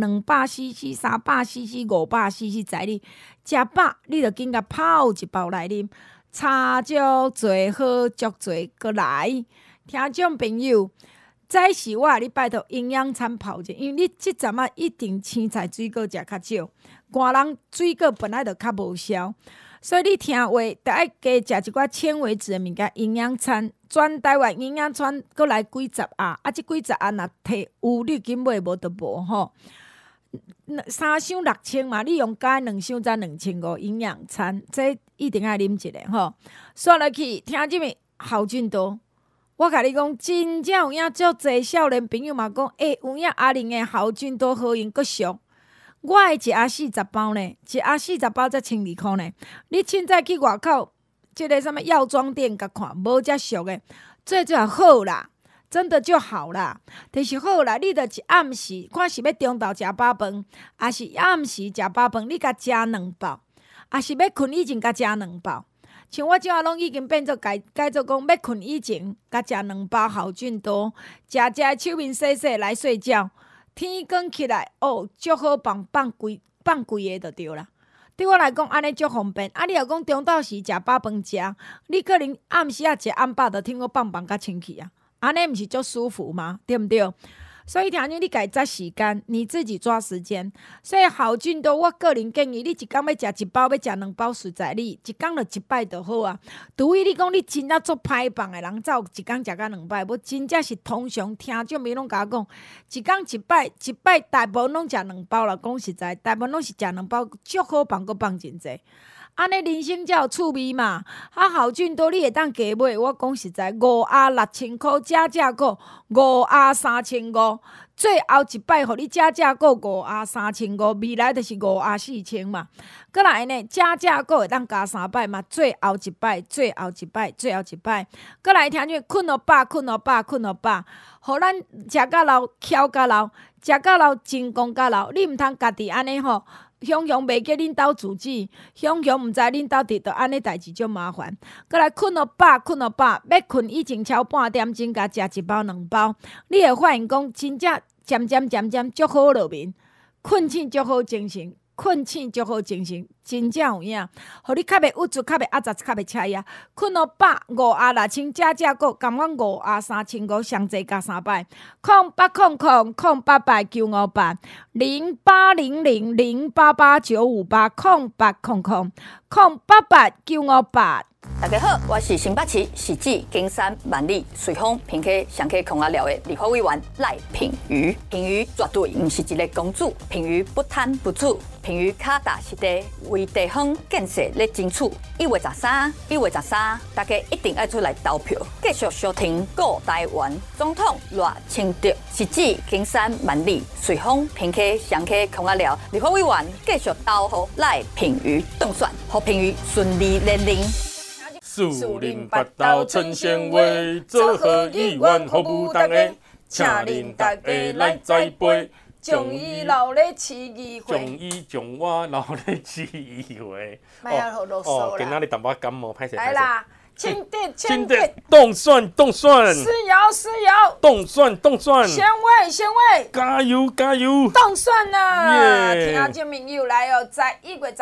200cc、300cc、500cc，在你食饱，你就紧甲泡一包来啉。差足侪好，足侪过来。听众朋友，早时我你拜托营养餐泡者，因为你即阵啊一定青菜水果食较少，寒人水果本来就较无消，所以你听话，就爱加食一寡纤维质的物件，营养餐。全台湾营养餐搁来几十啊！即几十啊，若摕有你紧买无就无吼。3箱6000嘛，你用加2箱才2500营养餐，这一定要啉一个吼。刷落去，听即个侯俊多，我甲你讲，真正有影足侪少年朋友嘛讲，有影阿玲的侯俊多好用阁俗。我的一盒40包呢，一盒40包才12箍呢。你凊彩去外口。这个什么药妆店甲看，无遮俗的，最好啦，真的就好啦。就是好啦，你着一暗时，看是要中昼食饱饭，还是暗时食饱饭，你甲食2包，还是要困以前甲食2包。像我即下拢已经变做改做讲，要困以前甲食2包侯俊多，食手面洗洗来睡觉，天光起来足好放规个就对啦。对我来讲，安尼足方便。你若讲中昼时食饱饭食，你可能暗时食暗饱，就听我放甲清气啊，安尼毋是足舒服吗？对毋对？所以听你家抓时间，你自己抓时间。所以侯俊多，我个人建议你一工要食1包，要食2包，实在你一工就1摆就好啊。除非你讲你真正足歹放的人，才有一工食到2摆。无真正是通常听众朋友拢甲我讲，一工1摆大部分拢食2包啦。讲实在，大部分拢是食2包，足好放，搁放真济。安尼人生才有趣味嘛！侯俊多你会当加买，我讲实在，5盒6000块，加个5盒3500，最后1摆，互你加个5盒3500，未来就是5盒4000嘛。过来呢，加个会当加3摆嘛，最后1摆，最后1摆。过来听见困饱，互咱食到老，翘到老，食到老，真功到老。你毋通家己安尼吼。雄袂记恁兜自己，雄毋知恁兜伫倒安尼代志足麻烦。过来困饱，要困以前超半点钟，甲食1包2包，你会发现讲真正渐足好落面，困醒足好精神。真正有影，互你较袂郁卒，较袂压杂，较袂车呀。困饱5盒6000，加个，甘阮5盒3500，上济加3摆。0800088958，0800088958，0800088958。 大家好，我是新北市市长金山万里随风平溪上溪控阿寮的立法委员赖品妤。品妤绝对不是一个公主，品妤不贪不煮，品妤脚踏实地为地方建设咧争取。1月13，大家一定要出来投票，继续收听顾台湾总统赖清德。市长金山万里随风平溪上溪控阿寮立法委员继续投予赖品妤当选，予品妤顺利连任。 树林八道陈贤伟，做好议员服务大家，请恁大家来栽培， 将伊留咧市议会， 将我留咧市议会。 莫遐啰嗦啦。 今仔日淡薄感冒，歹势。 来啦， 清点清点，动算动算， 石油石油， 动算动算， 纤维纤维， 加油加油， 动算啊！ 耶听众朋友来哦，在1月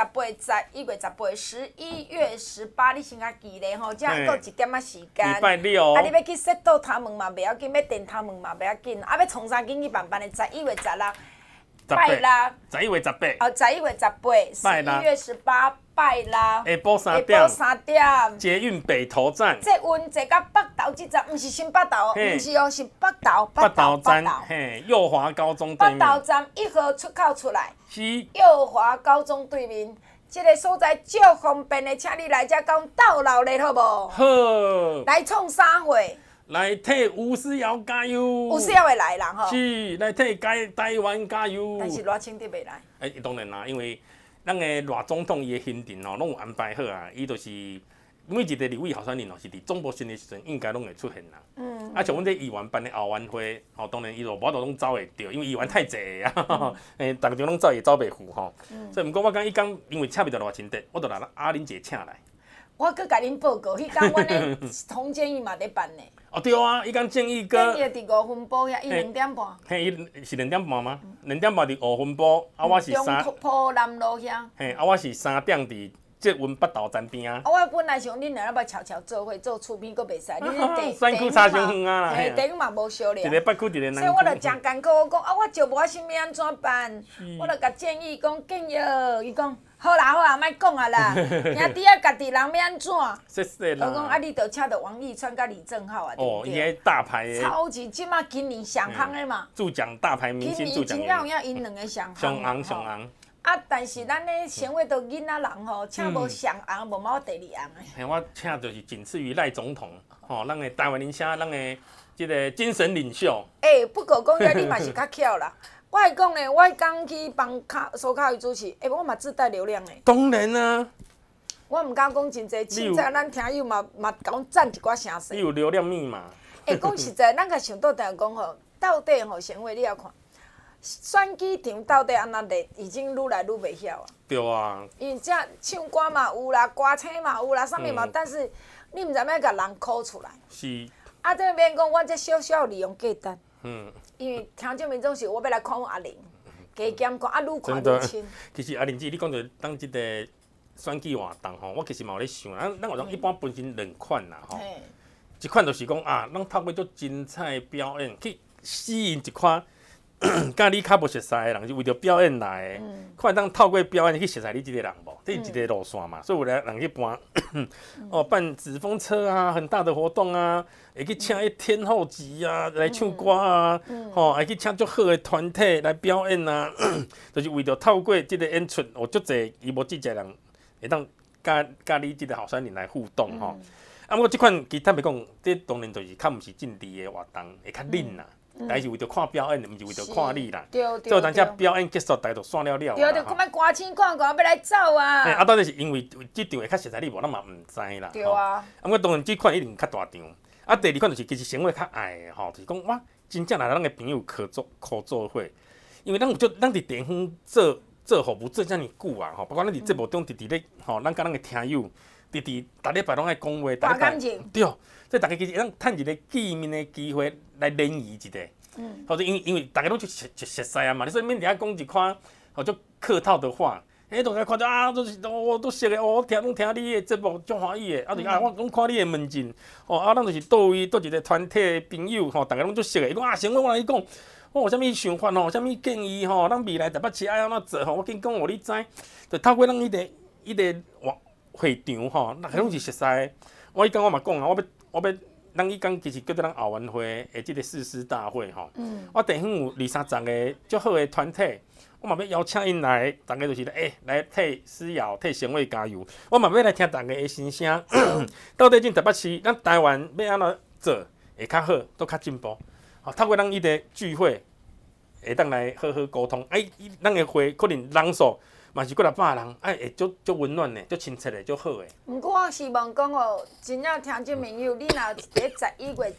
11月18，你先甲记咧吼，这还有一点仔时间。 礼拜六。 啊，你要去洗倒头毛嘛，袂要紧；要电头毛嘛，袂要紧。啊，要创啥紧去办办的？11月16。拜六 11月18， 哦，11月18，11月18拜六， 下晡3点， 下晡3点， 捷运北投站， 这运坐到北投这站，毋是新北投哦， 嘿毋是哦，是北投， 北投站，嘿，幼华高中对面， 北投站1号出口出来， 是幼华高中对面，这个所在足方便的，请你来这甲阮斗闹热好无？ 好， 来创啥货？ 来替吴思瑶加油， 有需要的来人吼， 是来替台湾加油， 但是赖清德袂来。 当然啦，因为咱的赖总统伊的行程哦，拢有安排好啊，伊就是每一个立委候选人哦，是伫总部选的时阵，应该拢会出现啦。啊，像阮这议员办的后援会，哦，当然伊就无法度拢走会着，因为议员太济啊，逐个拢走也走袂赴吼。所以毋过我讲伊讲，因为请不到赖清德，我就来阿玲姐请来。 我搁甲恁报告，迄天阮的洪建义嘛咧办呢。 哦对啊，伊讲建议建议伫5分埔遐，伊2点半。 嘿，伊是2点半吗？2点半伫5分埔，啊我是3。 中埔南路遐。 嘿，啊我是3点伫捷运北投站边啊。 我本来想恁两个要悄悄做伙做厝边，搁袂使。恁选区差伤远啊啦。 嘿，地嘛无小了。 一个北区，一个南区。 所以我就真艰苦，我讲啊，我就无啥物安怎办？我就甲建议讲，伊讲。好啦好啦，莫讲啊啦，兄弟啊，家己人要安怎？ 谢谢啦。 我讲啊，你着请着王义川甲李正浩啊， 哦，伊对不对？ 个大牌的。 超级即马今年上夯的嘛。 助奖大牌明星助奖今年真正有影因两个上夯。 上红上红。 啊，但是咱咧省委都囡仔人吼，请无上红，无毛第2红的。 嘿，我请就是仅次于赖总统，吼，咱的台湾人写，咱的即个精神领袖。 不过讲遐，你嘛是较巧啦。我会讲咧，我刚去帮苏卡宇主持，我嘛自带流量诶。 当然啊。 我毋敢讲真济，凊彩咱听友嘛甲阮赞一寡声势。 你有流量密码。 讲实在，咱甲想倒定讲吼，到底吼省委你要看，选举场到底安那热，已经愈来愈袂晓啊。 对啊。 因为这唱歌嘛有啦，歌星嘛有啦，啥物嘛，但是你毋知影甲人考出来。 是。 啊，这免讲，我这小小利用价值。因为听众民众是我要来看阮阿玲，加减看啊，愈看愈清。 其实阿玲姐，你讲到当即个选举活动吼，我其实嘛有咧想，咱活动一般分成2款啦吼。一款就是讲啊，咱透过做精彩表演去吸引一款甲你较无熟悉的人，是为着表演来的。看咱透过表演去熟悉你即个人无，这是一个路线嘛。所以有来人去办办纸风车啊，很大的活动啊。会去请迄天后级啊来唱歌啊，会去请足好的团体来表演啊，就是为着透过即个演出，有足侪伊无即个人会当甲你即个候选人来互动吼。啊，不过即款其他袂讲，这当然就是较毋是政治的活动，会较冷啦。但是为着看表演，毋是为着看你啦。 对。 最后等下表演结束，大家就散了了。 对，看卖歌星看要来走啊。 当然是因为即场会较熟悉你无，咱嘛毋知啦。 对啊。 啊，不过当然即款一定较大场。啊，第2款就是其实省委较爱的吼，就是讲哇，真正来咱的朋友合作伙，因为咱伫地方做服务做遮尔久啊吼，包括咱伫节目中直咧吼，咱甲咱的听友逐礼拜拢爱讲话， 大感情。 对，所以大家其实咱趁一个见面的机会来联谊一下，或者因为大家拢就熟悉啊嘛，所以免伫遐讲一款吼就客套的话。大家看到啊，都是我都熟的，我拢听你的节目，足欢喜的。啊，就是我拢看你的门诊，咱就是倒一个团体的朋友，大家拢足熟的。伊讲省委我来讲，我有啥物想法有啥物建议咱未来台北市爱安怎做我紧讲互你知。就透过咱迄个会场大家拢是熟悉的。我迄天我嘛讲啊，我要咱迄天其实叫做咱后援会的即个誓师大会我地方有20-30个足好的团体。我嘛要邀请因来，大家就是来替思瑶、替省委加油。我嘛要来听大家的心声，到底进台北市，咱台湾要安怎做会较好，都较进步。透过咱伊个聚会，会当来好好沟通。咱的会可能人数嘛是过600人，会足温暖的、足亲切的、足好的。 毋过我希望讲真正听众朋友，你若伫11月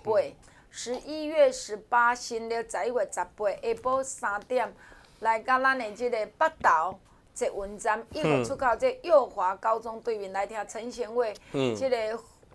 18，11月18，新历11月18下晡3点。来到咱的即个北投捷运站1号出口，这幼华高中对面来听陈贤伟即个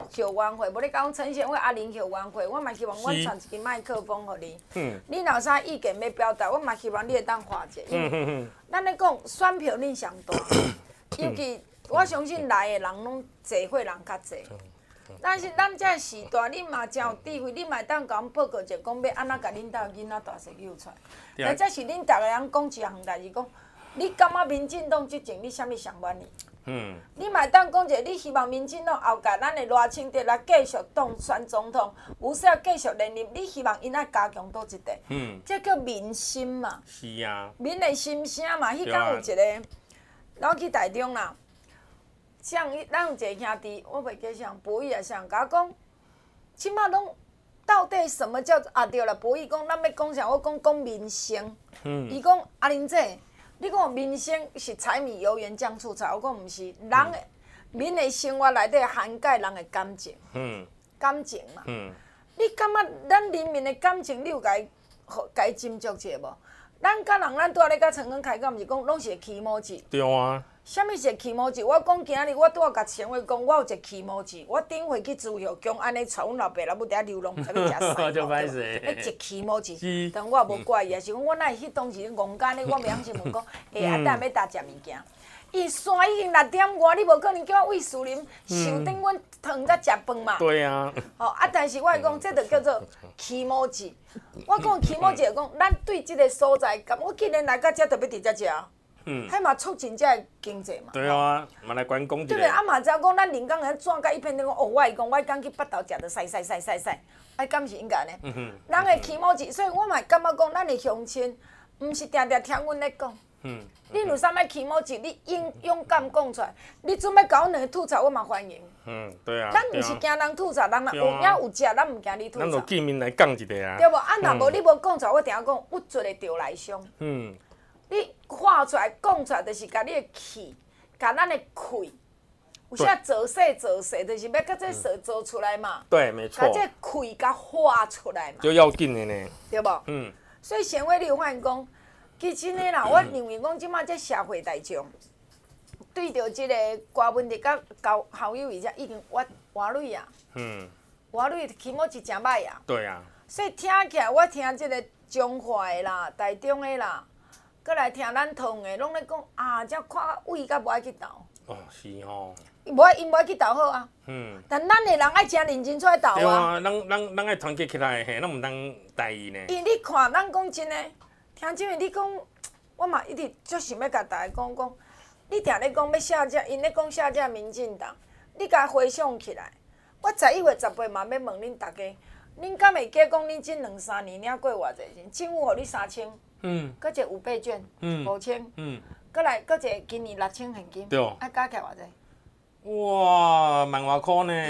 校园会，无你讲陈贤伟阿玲校园会，我嘛希望阮传一支麦克风互你。你若有啥意见要表达，我嘛希望你会当发者。咱咧讲选票恁上大，尤其我相信来的人拢聚会人较济。但是咱这时代，你嘛真有智慧，你嘛会当甲阮报告者讲要安怎甲恁兜囡仔大细救出来。但这是恁逐个人讲一项代志，讲你感觉民进党执政，你啥物上满意？你嘛会当讲者，你希望民进党后届咱的赖清德来继续当选总统，有说要继续连任，你希望因爱加强倒一块？这叫民心嘛。 是啊。 民的心声嘛，迄天有一个，我去台中啦。像咱有一个兄弟，我袂记啥，博弈啊啥，甲我讲，即马拢到底什么叫做对啦？博弈讲，咱要讲啥？我讲民生。伊讲阿玲姐，你讲民生是柴米油盐酱醋茶，我讲毋是，人的民的生活内底涵盖人的感情。感情嘛。你感觉咱人民的感情，你有甲伊斟酌者无？咱甲人，咱拄仔咧甲陈根开讲，毋是讲拢是起毛字。 对啊。 啥物是起毛字？我讲今日我拄仔甲陈伟讲，我有一个起毛字，我顶回去自由宫安尼带阮老爸老母伫遐流浪，才要食菜。 就歹势。 一起毛字，但我也无怪伊，是讲我哪会迄当时戆干咧，我袂晓是问讲，啊，等下要搭食物件。伊山已经6点外，你无可能叫我喂树林，想等阮汤才食饭嘛。 对啊。 但是我会讲，这就叫做起毛字。我讲起毛字，讲咱对即个所在，我既然来到遮，就要伫遮食。迄嘛促进遮个经济嘛。 对啊，嘛来关讲一下。 对不对？嘛知影讲咱临港人转甲一片讲，我会讲，我讲去北投食着晒，敢是应该呢？人的起毛字，所以我嘛感觉讲，咱的乡亲，毋是定定听阮咧讲。你有啥物起毛字，你勇敢讲出来。你准备甲阮两个吐槽，我嘛欢迎。 对啊。 咱毋是惊人吐槽，人若有影有食，咱毋惊你吐槽。 咱就见面来讲一下啊。 对无？若无你无讲出来，我定下讲，郁卒的着来伤。你画出来、讲出来，就是甲你的气，甲咱的气，有啥做势，就是要甲这事做出来嘛。 对，没错。 甲这气甲画出来嘛。 就要紧的呢。 对无？所以贤惠你有发现讲，其实呢啦，我认为讲即马这社会大众对着即个瓜问题甲交校友伊遮已经活累啊。活累起码是真歹啊。 对啊。 所以听起来，我听即个中华的啦、台中的啦。搁来听咱同的，拢咧讲啊，遮看胃甲无爱去斗。 是吼。 因无爱去斗好啊。但咱的人爱真认真出来斗啊。 对啊，咱爱团结起来，嘿，咱毋通大意呢。 因你看，咱讲真诶，听这位你讲，我嘛一直足想要甲大家讲，你定咧讲要下架，因咧讲下架民进党，你甲回想起来，我11月10八嘛要问恁大家，恁敢会记讲恁这2-3年领过偌济钱？政府互你3000。搁一个5倍券，5000，搁来搁一个今年6000现金，啊加起来偌济？ 哇，万外块呢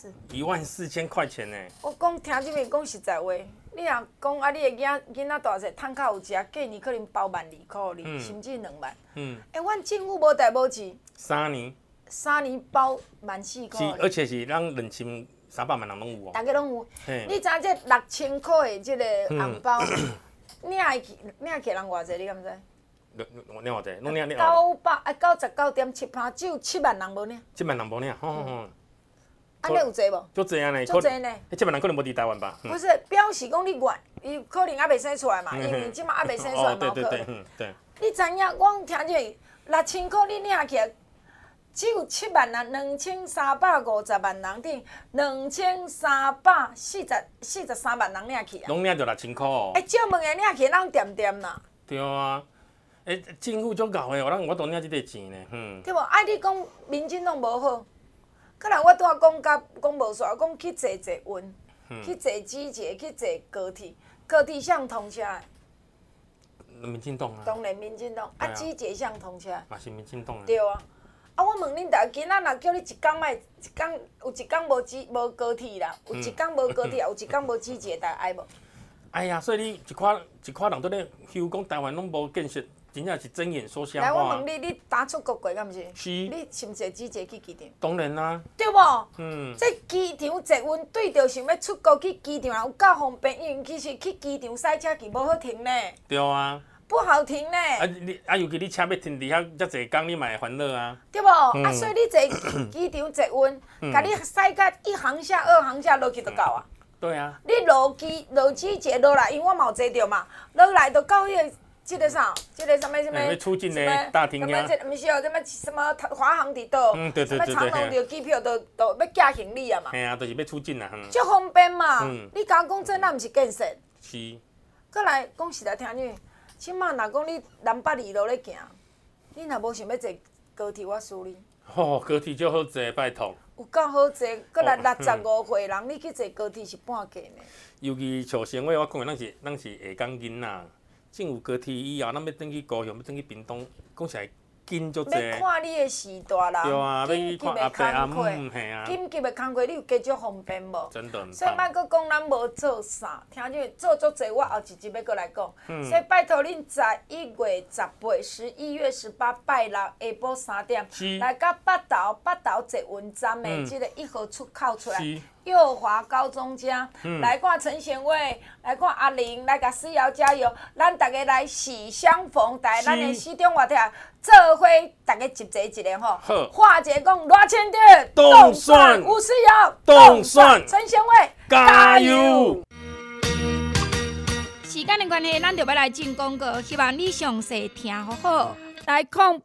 ！14000 块钱呢！ 我讲听这边讲实在话，你若讲啊，你的囡仔大细，趁较有食，过年可能包12000互你，甚至2万。阮政府无代无志 ，3 年包14000块。 是，而且是咱2300万人拢有哦。 大家拢有。你知影这6000块的这个红包？领去人偌济，你敢知？ 领偌济？拢领 99.7%，只有7万人无领。 7万人无领， 安尼有济无？ 足济啊呢！ 足济呢 ！7万人可能无伫台湾吧？ 不是，表示讲你远，伊可能还袂生出来嘛，因为即马还袂生出来嘛，可能。 对。 你知影？我听这6000块你领起来，只有7万人，2350万人顶，2343万人领去啊。 拢领着6000块哦。 少问的领起，咱点点啦。 对啊，政府足够的，我都领即个钱呢， 对无？爱你讲民进党无好，可能我拄仔讲无煞，讲去坐运，去坐机捷，去坐高铁，高铁向通车的。 民进党啊。 当然民进党，机捷向通车。 嘛是民进党啊。 对啊。我问恁大家，今仔若叫你一天有一天无高铁啦，有一天无高铁，有一天无机捷，大家爱无？ 哎呀，所以你一块人都咧囂讲台湾拢无建设，真正是睁眼说瞎话。 来，我问你，你打出国过敢毋是？ 是。 你是毋是机捷去机场？ 当然啦。 对无？这机场坐运对着想要出国去机场有够方便，因为其实去机场塞车去无好停呢。 对啊。 不好停呢。 尤其你车要停伫遐遮济工，你嘛会烦恼啊。 对无？所以你坐机场坐稳，甲你驶到一航下、二航下落去就到啊。 对啊。 你落机捷落来，因为我嘛有坐着嘛，落来就到迄个。这个啥？这个什么？ 出境的大厅呀？ 不是哦，什么华航伫倒？ 对。 什么长龙的机票都要寄行李啊嘛。 嘿啊，就是要出境啊。 足方便嘛。你甲我讲这哪毋是建设？ 是。 再来讲实在听你，即马若讲你南北二路咧行，你若无想要坐高铁，我输你。 高铁就好坐，拜托。 有够好坐，搁来65岁人，你去坐高铁是半价呢。 尤其像生活，我讲的咱是下港囡仔。进有高铁以后，咱要转去高雄，要转去屏东，讲起来紧足济。 要看你的时代啦， 对啊，要去看阿伯阿姆，嘿啊。 紧急的工课，你有加足方便无？ 真的。 所以莫搁讲咱无做啥，听见做足济，我后一集要搁来讲。所以拜托恁11月18、11月18拜六下晡3点，来到北投捷运站的即个1号出口出来。幼华高中家，来看陈贤伟，来看阿玲，来甲思瑶加油，咱大家来喜相逢，在咱的市中活跳，做伙大家集齐一个吼。华姐讲热千点， 动算吴思瑶， 动算陈贤伟， 加油！ 时间的关系，咱就要来进广告，希望你详细听好好。来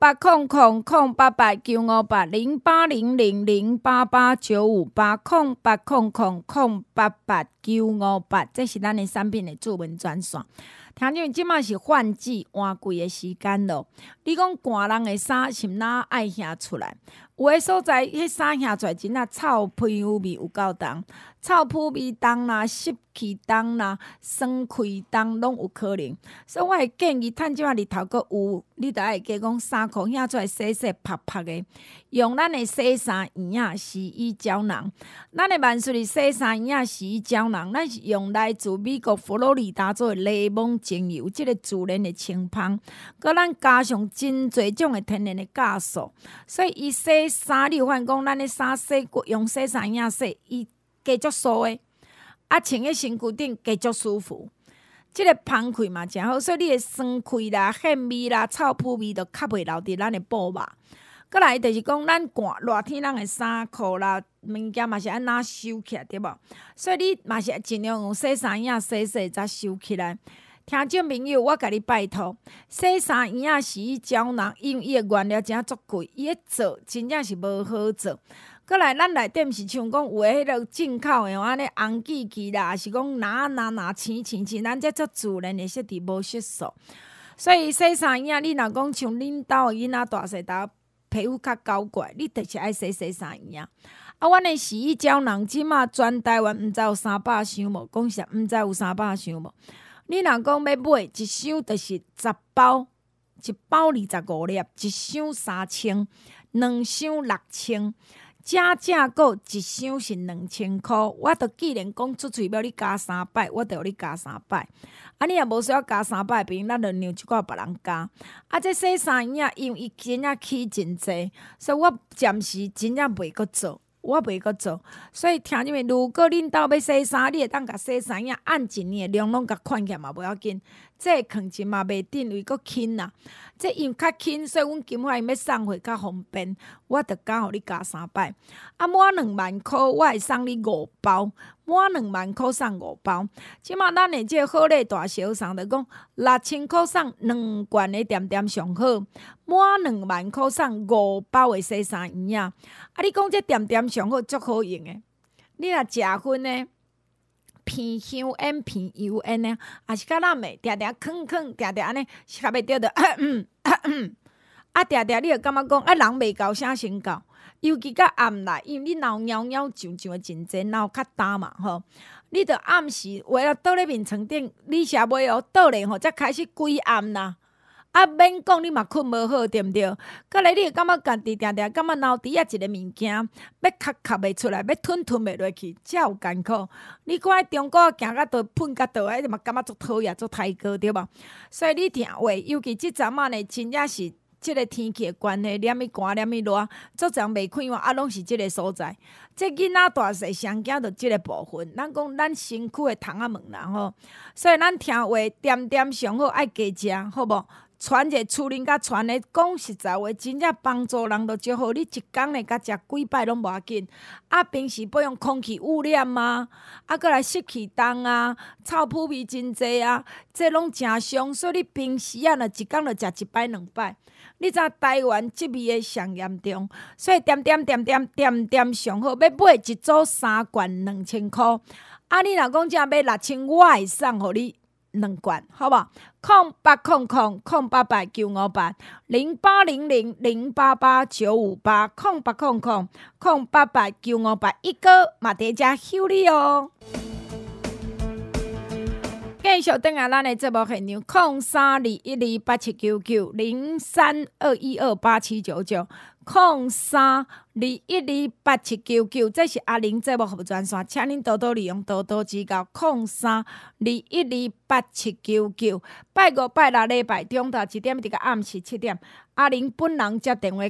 0800-088-958-088-958-088-958，这是咱的产品的主文专线。听见即马是换季换季的时间咯，你讲寒人的衫是哪爱遐出来？有的所在，迄衫遐出来真啊臭屁味有够重，臭屁味重啦，湿气重啦，酸气重拢有可能。所以我会建议，趁即马日头阁有，你著爱加讲衫裤遐出来洗洗拍拍的，用咱的洗衫液啊，洗衣胶囊。咱的万岁的洗衫液啊，洗衣胶囊，咱是用来自美国佛罗里达州的雷蒙精油，即个自然的清芳，佮咱加上真侪种的天然的酵素，所以伊洗衫，你有发现讲，咱的衫洗过用洗衫液洗，伊加足酥的，啊穿喺身躯顶加足舒服。即个芳气嘛真好，所以你的酸气啦、汗味啦、臭屁味都较袂留伫咱的布嘛。搁来就是讲，咱寒热天咱的衫裤啦、物件嘛是安那收起来对无？所以你嘛是尽量用洗衫液洗洗才收起来。听众朋友，我甲你拜托，洗衫液啊、洗衣胶囊，因为伊的原料真足贵，伊的做真正是无好做。搁来，咱内底毋是像讲有诶迄落进口诶，安尼红记记啦，还是讲拿青，咱这足自然诶，色伫无色素。所以洗衫液，你若讲像恁兜诶囡仔大细大皮肤较高怪，你就是爱洗衫液。啊，阮诶洗衣胶囊，即马全台湾毋知有300箱无？讲实毋知有300箱无？你若讲要买一箱，就是10包，一包25粒，一箱3000，两箱6000。正个一箱是2000块，我著既然讲出嘴要你加3摆，我著要你加3摆。啊，你若无需要加3摆，朋友咱著让一寡别人加。啊，这洗衫液因为伊真正起真济，所以我暂时真正袂阁做。所以听你们，如果恁兜要洗衫，你会当甲洗衫液按一年的量拢甲款起嘛，无要紧。这囥钱嘛袂定位阁轻啦，这因较轻，所以阮金华因要送货较方便，我著讲互你加3摆。啊，满2万块我会送你5包，满2万块送5包。即马咱的这好礼大小送著讲6000块送2罐的点点上好，满2万块送5包的洗衫液啊！啊，你讲这点点上好足好用的，你若食薰呢？偏香烟偏油烟呢，也是较咱的，定定安尼，是较袂着的。啊，定你会感觉讲，啊，人袂够啥先够，尤其到暗来，因为你闹袅袅上的真济，闹较干嘛吼。你着暗时为了倒咧面床顶，你是袂哦倒咧吼，才开始规暗啦。啊，免讲你嘛困无好，对毋对？搁来你会感觉家己定感觉脑底啊一个物件，要咳袂出来，要吞袂落去，才有艰苦。你看喺中国行到倒喷到倒，迄嘛感觉足讨厌，足太高，对无？所以你听话，尤其即阵仔呢，真正是即个天气的关系，黏伊寒黏伊热，足常袂开换，拢是即个所在。即囡仔大细上惊着即个部分，咱讲咱身躯的虫仔问啦吼，所以咱听话点点上好，爱加食，好无？传者厝恁甲传的，讲实在话，真正帮助人都足好。你一工呢，甲食几摆拢无要紧。啊，平时要用空气污染啊，搁来湿气重啊，臭扑味真济啊，这拢真伤。所以你平时啊，若一工就食一摆两摆。你知台湾即味的上严重，所以点点上好。要买一组3罐2000块，啊，你若讲只要6000，我会送互你2罐，好无？0800-088-958 0800-088-958 0800-088-958，一个嘛伫遮休你哦。继续等下咱的节目现场，0321287799 0321287799，0321287799，这是阿玲节目服务专线，请恁多多利用，多多指教。0321287799，拜五拜六礼拜中昼1点，直到暗时7点，阿玲本人接电话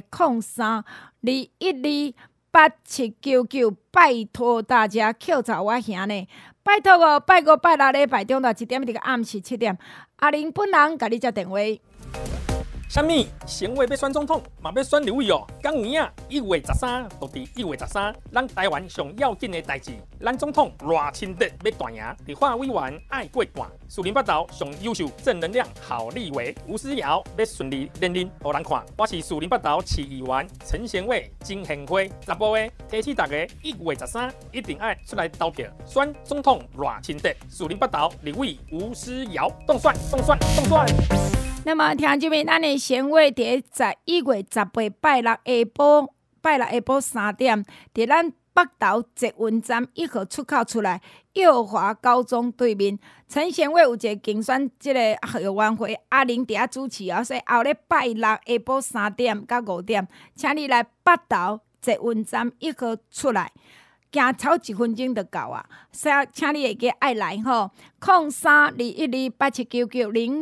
0321287799，拜托大家扣查我兄呢。拜托哦，拜五拜六礼拜中昼1点，直到暗时7点，阿玲本人甲你接电话。 啥物？省委要选总统，嘛要选立委哦。讲有影，1月13，就伫1月13，咱台湾上要紧的代志，咱总统赖清德要大赢，立法委员爱过半，树林北投上优秀正能量好立委吴思瑶要顺利连任，互人看。我是树林北投市议员陈贤伟、金宪辉，10步的提醒大家，1月13一定爱出来投票，选总统赖清德，树林北投立委吴思瑶，动算。 那么，听这边咱的县委在1月18拜六下晡3点，伫咱北投捷运站1号出口出来，耀华高中对面。陈县委有一个竞选这个委员会，阿玲伫遐主持哦，所以后日拜六下晡3点到5点，请你来北投捷运站1号出来。行超1分钟就到啊！所以请你会记爱来吼，0321287799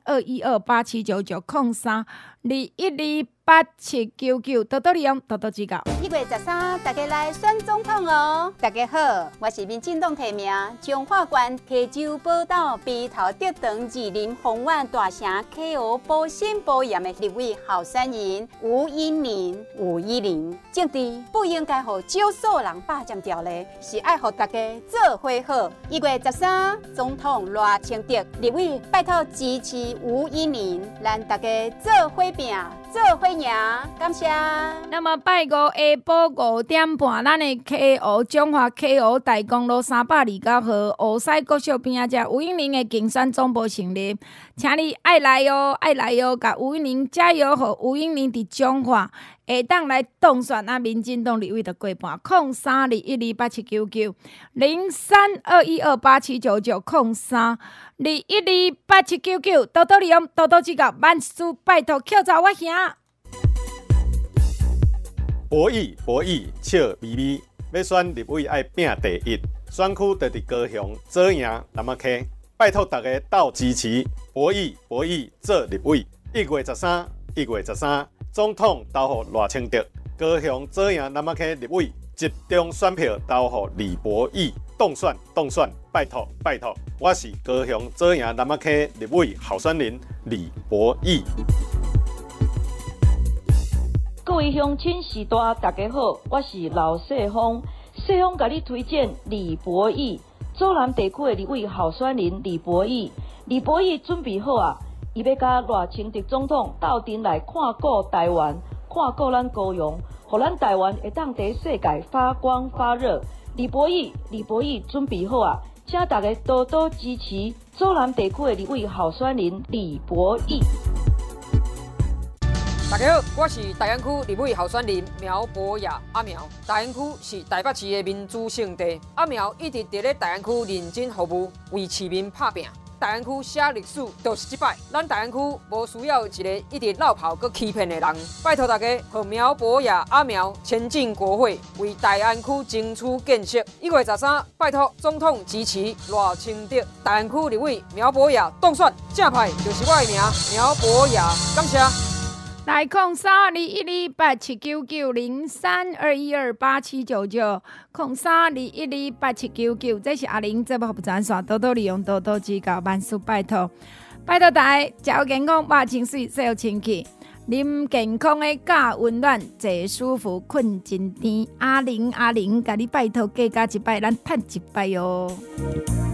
0321287799 多多利用，多多指教。 1月13，大家来选总统哦！大家好，我是民进党提名彰化县溪州宝岛鼻头竹塘二林丰苑大城 KO 保心保严的立委候选人吴依玲，政治不应该让少数人霸占掉的，是爱让大家做伙好。1月13，总统赖清德立委拜托支持吴依玲，咱大家做伙拼，做伙赢，感谢。 那么拜五下晡5点半，咱的 KO 中华 KO 大公路329号湖西国小边啊，遮吴英玲的竞选总部成立，请你爱来哦，甲吴英玲加油，互吴英玲伫中华下当来当选啊！民进党立委就过半，0321287799 0321287799 0321287799，多多利用，多多指教，万事拜托扣查我兄。 博弈，笑眯眯。要选立委爱拼第一，选区就伫高雄，做赢南仔溪。拜托大家斗支持，博弈做立委。1月13，总统投予赖清德，高雄做赢南仔溪立委，集中选票投予李博弈。当选，拜托！我是高雄做赢南仔溪立委候选人李博弈。 各位乡亲士大，大家好，我是老谢峰。谢峰甲你推荐李博弈，左南地区的立委候选人李博弈。李博弈准备好啊，伊要甲赖清德总统斗阵来看顾台湾，看顾咱高雄，互咱台湾会当伫世界发光发热。李博弈准备好啊，请大家多多支持左南地区的立委候选人李博弈。 大家好，我是大安区立委候选人苗博雅阿苗。大安区是台北市的民主圣地，阿苗一直伫咧大安区认真服务，为市民拍拼。大安区写历史就是这摆，咱大安区无需要一个一直落跑佮欺骗的人。拜托大家，和苗博雅阿苗前进国会，为大安区争取建设。1月13，拜托总统支持赖清德，大安区立委苗博雅当选，正派就是我的名苗博雅，感谢。 来032118799032128799，0321187999，这是阿玲节目服务专线，多多利用，多多指教，万事拜托，拜托大家，食健康，肉清水，洗清气，啉健康的，加温暖，坐舒服，困真甜。阿玲，甲你拜托，加加一摆，咱趁一摆哟。